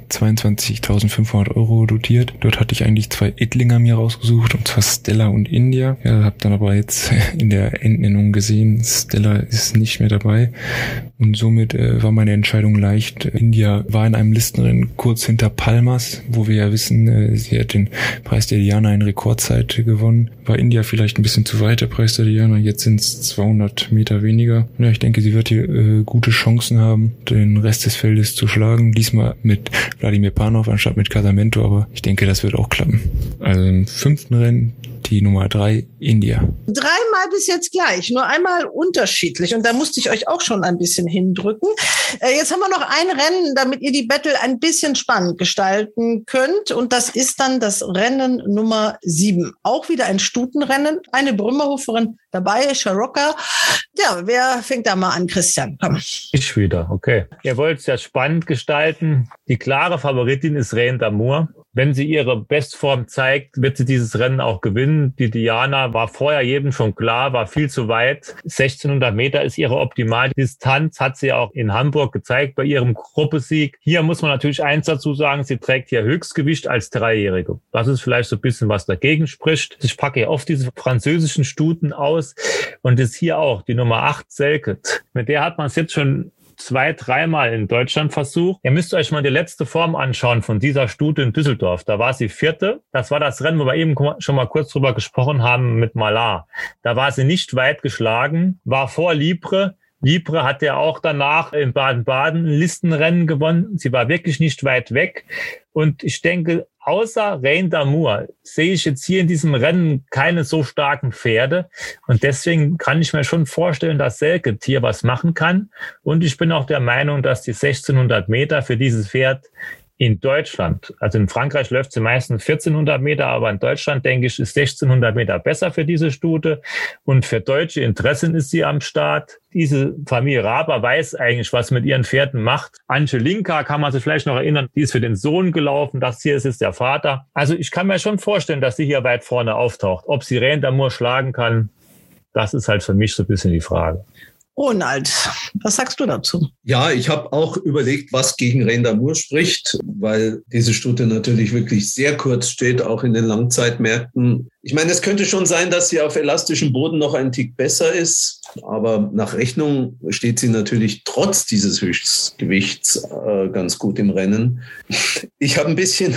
[SPEAKER 9] 22.500 € dotiert. Dort hatte ich eigentlich 2 Ettlinger mir rausgesucht, und zwar Stella und India. Ja, habe dann aber jetzt in der Endnennung gesehen, Stella ist nicht mehr dabei. Und somit war meine Entscheidung leicht. India war in einem Listenrennen kurz hinter Palmas, wo wir ja wissen, sie hat den Preis der Diana in Rekordzeit gewonnen. War India vielleicht ein bisschen zu weit, der Preis der Diana, jetzt sind es 200 Meter weniger. Ja, ich denke, sie wird hier gute Chancen haben, den Rest des Feldes zu schlagen. Diesmal mit Wladimir Panov anstatt mit Casamento, aber ich denke, das wird auch klappen. Also im 5. Rennen die Nummer 3, India.
[SPEAKER 3] 3-mal bis jetzt gleich, nur einmal unterschiedlich. Und da musste ich euch auch schon ein bisschen hindrücken. Jetzt haben wir noch ein Rennen, damit ihr die Battle ein bisschen spannend gestalten könnt. Und das ist dann das Rennen Nummer 7. Auch wieder ein Stutenrennen. Eine Brümmerhoferin dabei, Sharroka. Ja, wer fängt da mal an, Christian? Komm.
[SPEAKER 1] Ich wieder, okay. Ihr wollt es ja spannend gestalten. Die klare Favoritin ist Reine d'Amour. Wenn sie ihre Bestform zeigt, wird sie dieses Rennen auch gewinnen. Die Diana war vorher jedem schon klar, war viel zu weit. 1600 Meter ist ihre optimale Distanz, hat sie auch in Hamburg gezeigt bei ihrem Gruppesieg. Hier muss man natürlich eins dazu sagen, sie trägt hier Höchstgewicht als Dreijährige. Das ist vielleicht so ein bisschen, was dagegen spricht. Ich packe hier oft diese französischen Stuten aus und ist hier auch die Nummer 8 Selket. Mit der hat man es jetzt schon 2-3 Mal in Deutschland versucht. Ihr müsst euch mal die letzte Form anschauen von dieser Stute in Düsseldorf. Da war sie 4. Das war das Rennen, wo wir eben schon mal kurz drüber gesprochen haben mit Malar. Da war sie nicht weit geschlagen, war vor Libre. Libre hat ja auch danach in Baden-Baden ein Listenrennen gewonnen. Sie war wirklich nicht weit weg. Und ich denke, außer Reine d'Amour sehe ich jetzt hier in diesem Rennen keine so starken Pferde. Und deswegen kann ich mir schon vorstellen, dass Selket hier was machen kann. Und ich bin auch der Meinung, dass die 1600 Meter für dieses Pferd in Deutschland, also in Frankreich läuft sie meistens 1400 Meter, aber in Deutschland, denke ich, ist 1600 Meter besser für diese Stute. Und für deutsche Interessen ist sie am Start. Diese Familie Raber weiß eigentlich, was mit ihren Pferden macht. Angelinka kann man sich vielleicht noch erinnern, die ist für den Sohn gelaufen. Das hier ist jetzt der Vater. Also ich kann mir schon vorstellen, dass sie hier weit vorne auftaucht. Ob sie Reine d'Amour schlagen kann, das ist halt für mich so ein bisschen die Frage.
[SPEAKER 3] Ronald, was sagst du dazu?
[SPEAKER 7] Ja, ich habe auch überlegt, was gegen Reine d'Amour spricht, weil diese Stute natürlich wirklich sehr kurz steht, auch in den Langzeitmärkten. Ich meine, es könnte schon sein, dass sie auf elastischem Boden noch ein Tick besser ist, aber nach Rechnung steht sie natürlich trotz dieses Höchstgewichts ganz gut im Rennen. Ich habe ein bisschen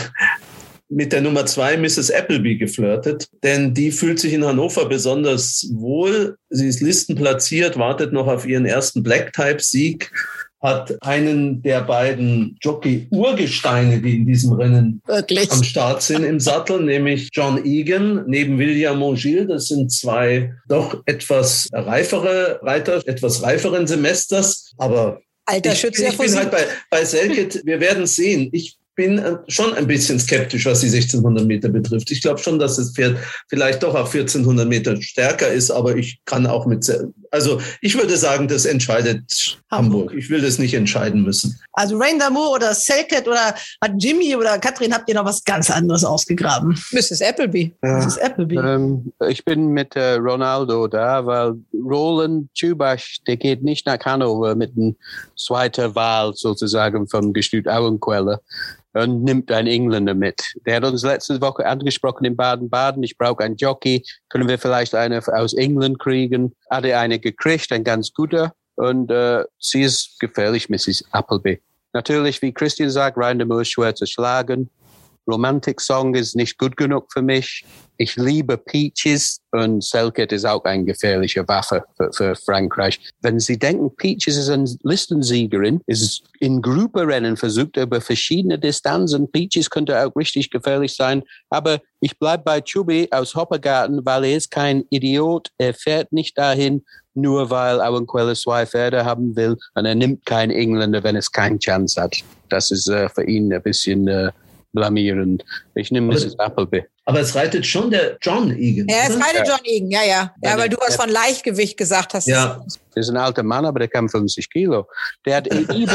[SPEAKER 7] mit der Nummer 2 Mrs. Appleby geflirtet, denn die fühlt sich in Hannover besonders wohl. Sie ist listenplatziert, wartet noch auf ihren ersten Black-Type-Sieg, hat einen der beiden Jockey-Urgesteine, die in diesem Rennen am Start sind, im Sattel, nämlich John Egan neben William Mongil. Das sind 2 doch etwas reifere Reiter, etwas reiferen Semesters, aber
[SPEAKER 8] Alter Schütze,
[SPEAKER 7] ich bin halt bei Selket, wir werden sehen. Ich bin schon ein bisschen skeptisch, was die 1600 Meter betrifft. Ich glaube schon, dass das Pferd vielleicht doch auf 1400 Meter stärker ist, aber ich kann auch ich würde sagen, das entscheidet Hamburg. Ich will das nicht entscheiden müssen.
[SPEAKER 3] Also Rain d'Amour oder Selket oder hat Jimmy oder Katrin, habt ihr noch was ganz anderes ausgegraben?
[SPEAKER 8] Mrs. Appleby.
[SPEAKER 5] Ja.
[SPEAKER 3] Mrs. Appleby.
[SPEAKER 5] Ich bin mit Ronaldo da, weil Roland Tschubach, der geht nicht nach Hannover mit einer zweiten Wahl sozusagen vom Gestüt Auenquelle und nimmt einen Engländer mit. Der hat uns letzte Woche angesprochen in Baden-Baden, ich brauche einen Jockey, können wir vielleicht eine aus England kriegen? Hat er eine gekriegt, ein ganz guter, und sie ist gefährlich, Mrs. Appleby. Natürlich, wie Christian sagt, Rain d'Amour schwer zu schlagen. Romantic Song ist nicht gut genug für mich. Ich liebe Peaches und Selket ist auch eine gefährliche Waffe für Frankreich. Wenn Sie denken, Peaches ist eine Listensiegerin, ist in Grupperennen versucht über verschiedene Distanzen. Peaches könnte auch richtig gefährlich sein. Aber ich bleibe bei Chubby aus Hoppegarten, weil er ist kein Idiot. Er fährt nicht dahin, nur weil Auenquelle 2 Pferde haben will. Und er nimmt keinen Engländer, wenn es keine Chance hat. Das ist für ihn ein bisschen blamierend. Ich nehme Mrs. Appleby.
[SPEAKER 7] Aber es reitet schon der John Egan.
[SPEAKER 8] Ja, es reitet John Egan, ja. Ja, weil du was von Leichtgewicht gesagt hast.
[SPEAKER 7] Ja.
[SPEAKER 5] Das ist ein alter Mann, aber der kann 50 Kilo. Der hat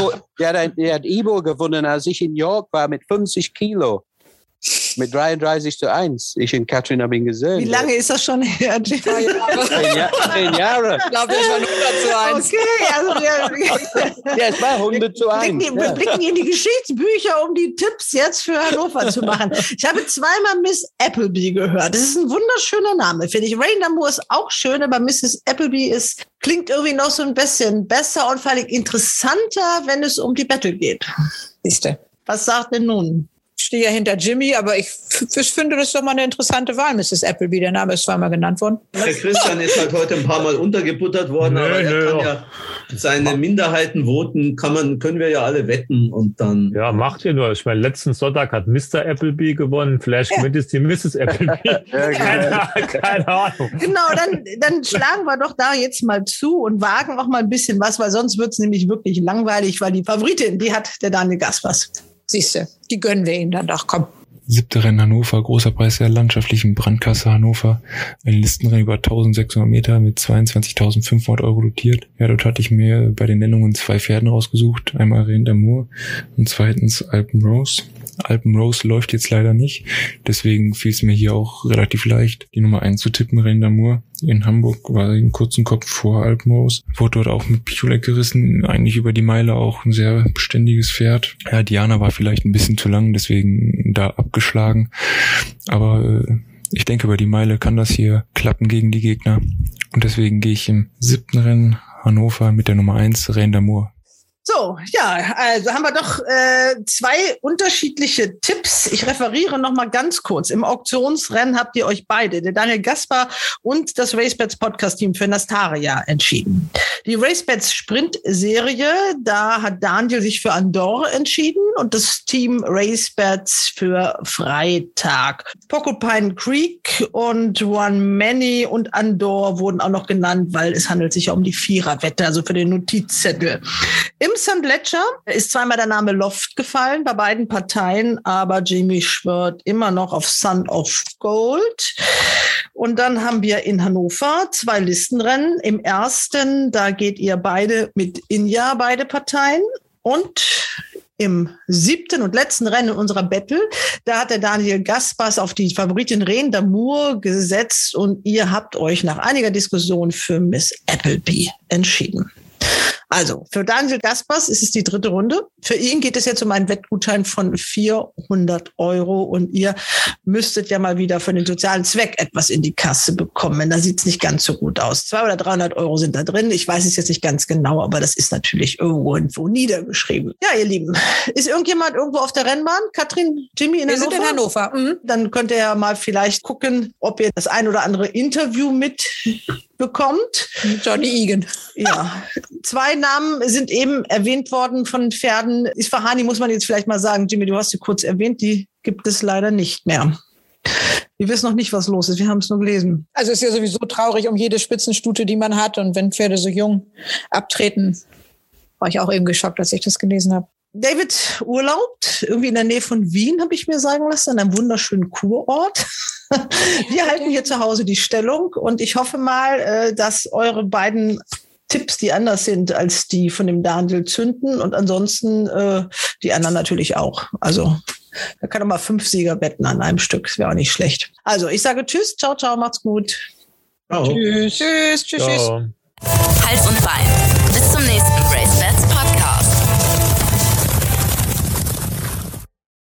[SPEAKER 5] Ibo gewonnen, als ich in York war, mit 50 Kilo. Mit 33:1. Ich und Katrin haben ihn gesehen.
[SPEAKER 3] Wie lange ist das schon her?
[SPEAKER 5] 10 Jahre.
[SPEAKER 8] Ich glaube, das war 100:1.
[SPEAKER 3] Okay, also
[SPEAKER 5] Ja, es war 100:1.
[SPEAKER 3] wir blicken in die Geschichtsbücher, um die Tipps jetzt für Hannover zu machen. Ich habe zweimal Miss Appleby gehört. Das ist ein wunderschöner Name, finde ich. Rain d'Amour ist auch schön, aber Mrs. Appleby klingt irgendwie noch so ein bisschen besser und vor allem interessanter, wenn es um die Battle geht.
[SPEAKER 8] Siehste.
[SPEAKER 3] Was sagt denn nun?
[SPEAKER 8] Ich stehe ja hinter Jimmy, aber ich finde das doch mal eine interessante Wahl, Mrs. Appleby. Der Name ist zweimal genannt worden.
[SPEAKER 7] Der Christian ist halt heute ein paar Mal untergebuttert worden, aber er kann ja seine Minderheitenvoten können wir ja alle wetten und dann.
[SPEAKER 1] Ja, macht ihr nur. Ich meine, letzten Sonntag hat Mr. Appleby gewonnen. Vielleicht gewinnt es die Mrs. Appleby. Keine Ahnung.
[SPEAKER 3] Genau, dann schlagen wir doch da jetzt mal zu und wagen auch mal ein bisschen was, weil sonst wird es nämlich wirklich langweilig, weil die Favoritin, die hat der Daniel Gaspers.
[SPEAKER 8] Siehste, die gönnen wir ihm dann doch, komm.
[SPEAKER 9] 7. Rennen Hannover, großer Preis der landschaftlichen Brandkasse Hannover. Ein Listenrennen über 1600 Meter mit 22.500 € dotiert. Ja, dort hatte ich mir bei den Nennungen 2 Pferden rausgesucht. Einmal Rain d'Amour und zweitens Alpenrose. Alpenrose läuft jetzt leider nicht. Deswegen fiel es mir hier auch relativ leicht, die Nummer 1 zu tippen, Rain d'Amour. In Hamburg war sie einen kurzen Kopf vor Alpenrose. Wurde dort auch mit Pichulek gerissen. Eigentlich über die Meile auch ein sehr beständiges Pferd. Ja, Diana war vielleicht ein bisschen zu lang, deswegen da abgeschlagen. Aber ich denke, über die Meile kann das hier klappen gegen die Gegner. Und deswegen gehe ich im 7. Rennen Hannover mit der Nummer 1, Rain d'Amour.
[SPEAKER 3] So, ja, also haben wir doch 2 unterschiedliche Tipps. Ich referiere noch mal ganz kurz. Im Auktionsrennen habt ihr euch beide, der Daniel Gaspar und das RaceBets Podcast-Team für Nastaria entschieden. Die RaceBets Sprint-Serie, da hat Daniel sich für Andorre entschieden und das Team RaceBets für Freitag. Porcupine Creek und One Many und Andorre wurden auch noch genannt, weil es handelt sich ja um die Viererwette, also für den Notizzettel. Im St. Ledger ist zweimal der Name Loft gefallen bei beiden Parteien, aber Jamie schwört immer noch auf Son of Gold. Und dann haben wir in Hannover 2 Listenrennen. Im ersten, da geht ihr beide mit Inja, beide Parteien. Und im 7. und letzten Rennen unserer Battle, da hat der Daniel Gaspers auf die Favoritin Rain d'Amour gesetzt und ihr habt euch nach einiger Diskussion für Miss Appleby entschieden. Also, für Daniel Gaspers ist es die 3. Runde. Für ihn geht es jetzt um einen Wettgutschein von 400 € und ihr müsstet ja mal wieder für den sozialen Zweck etwas in die Kasse bekommen. Da sieht es nicht ganz so gut aus. 200 oder 300 € sind da drin. Ich weiß es jetzt nicht ganz genau, aber das ist natürlich irgendwo niedergeschrieben. Ja, ihr Lieben, ist irgendjemand irgendwo auf der Rennbahn? Katrin, Jimmy in Hannover?
[SPEAKER 8] Wir sind in Hannover. Mhm.
[SPEAKER 3] Dann könnt ihr ja mal vielleicht gucken, ob ihr das ein oder andere Interview mitbekommt.
[SPEAKER 8] Johnny Egan.
[SPEAKER 3] Ja, 2 Namen sind eben erwähnt worden von Pferden. Isfahani muss man jetzt vielleicht mal sagen. Jimmy, du hast sie kurz erwähnt, die gibt es leider nicht mehr. Wir wissen noch nicht, was los ist. Wir haben es nur gelesen.
[SPEAKER 8] Also es ist ja sowieso traurig um jede Spitzenstute, die man hat. Und wenn Pferde so jung abtreten, war ich auch eben geschockt, als ich das gelesen habe.
[SPEAKER 3] David urlaubt, irgendwie in der Nähe von Wien, habe ich mir sagen lassen, an einem wunderschönen Kurort. Wir halten hier zu Hause die Stellung und ich hoffe mal, dass eure beiden Tipps, die anders sind als die von dem Daniel, zünden und ansonsten die anderen natürlich auch. Also da kann doch mal 5 Sieger wetten an einem Stück, das wäre auch nicht schlecht. Also ich sage tschüss, ciao, ciao, macht's gut.
[SPEAKER 7] Ciao.
[SPEAKER 8] Tschüss. Tschüss.
[SPEAKER 1] Ciao.
[SPEAKER 2] Hals und Bein. Bis zum nächsten Mal.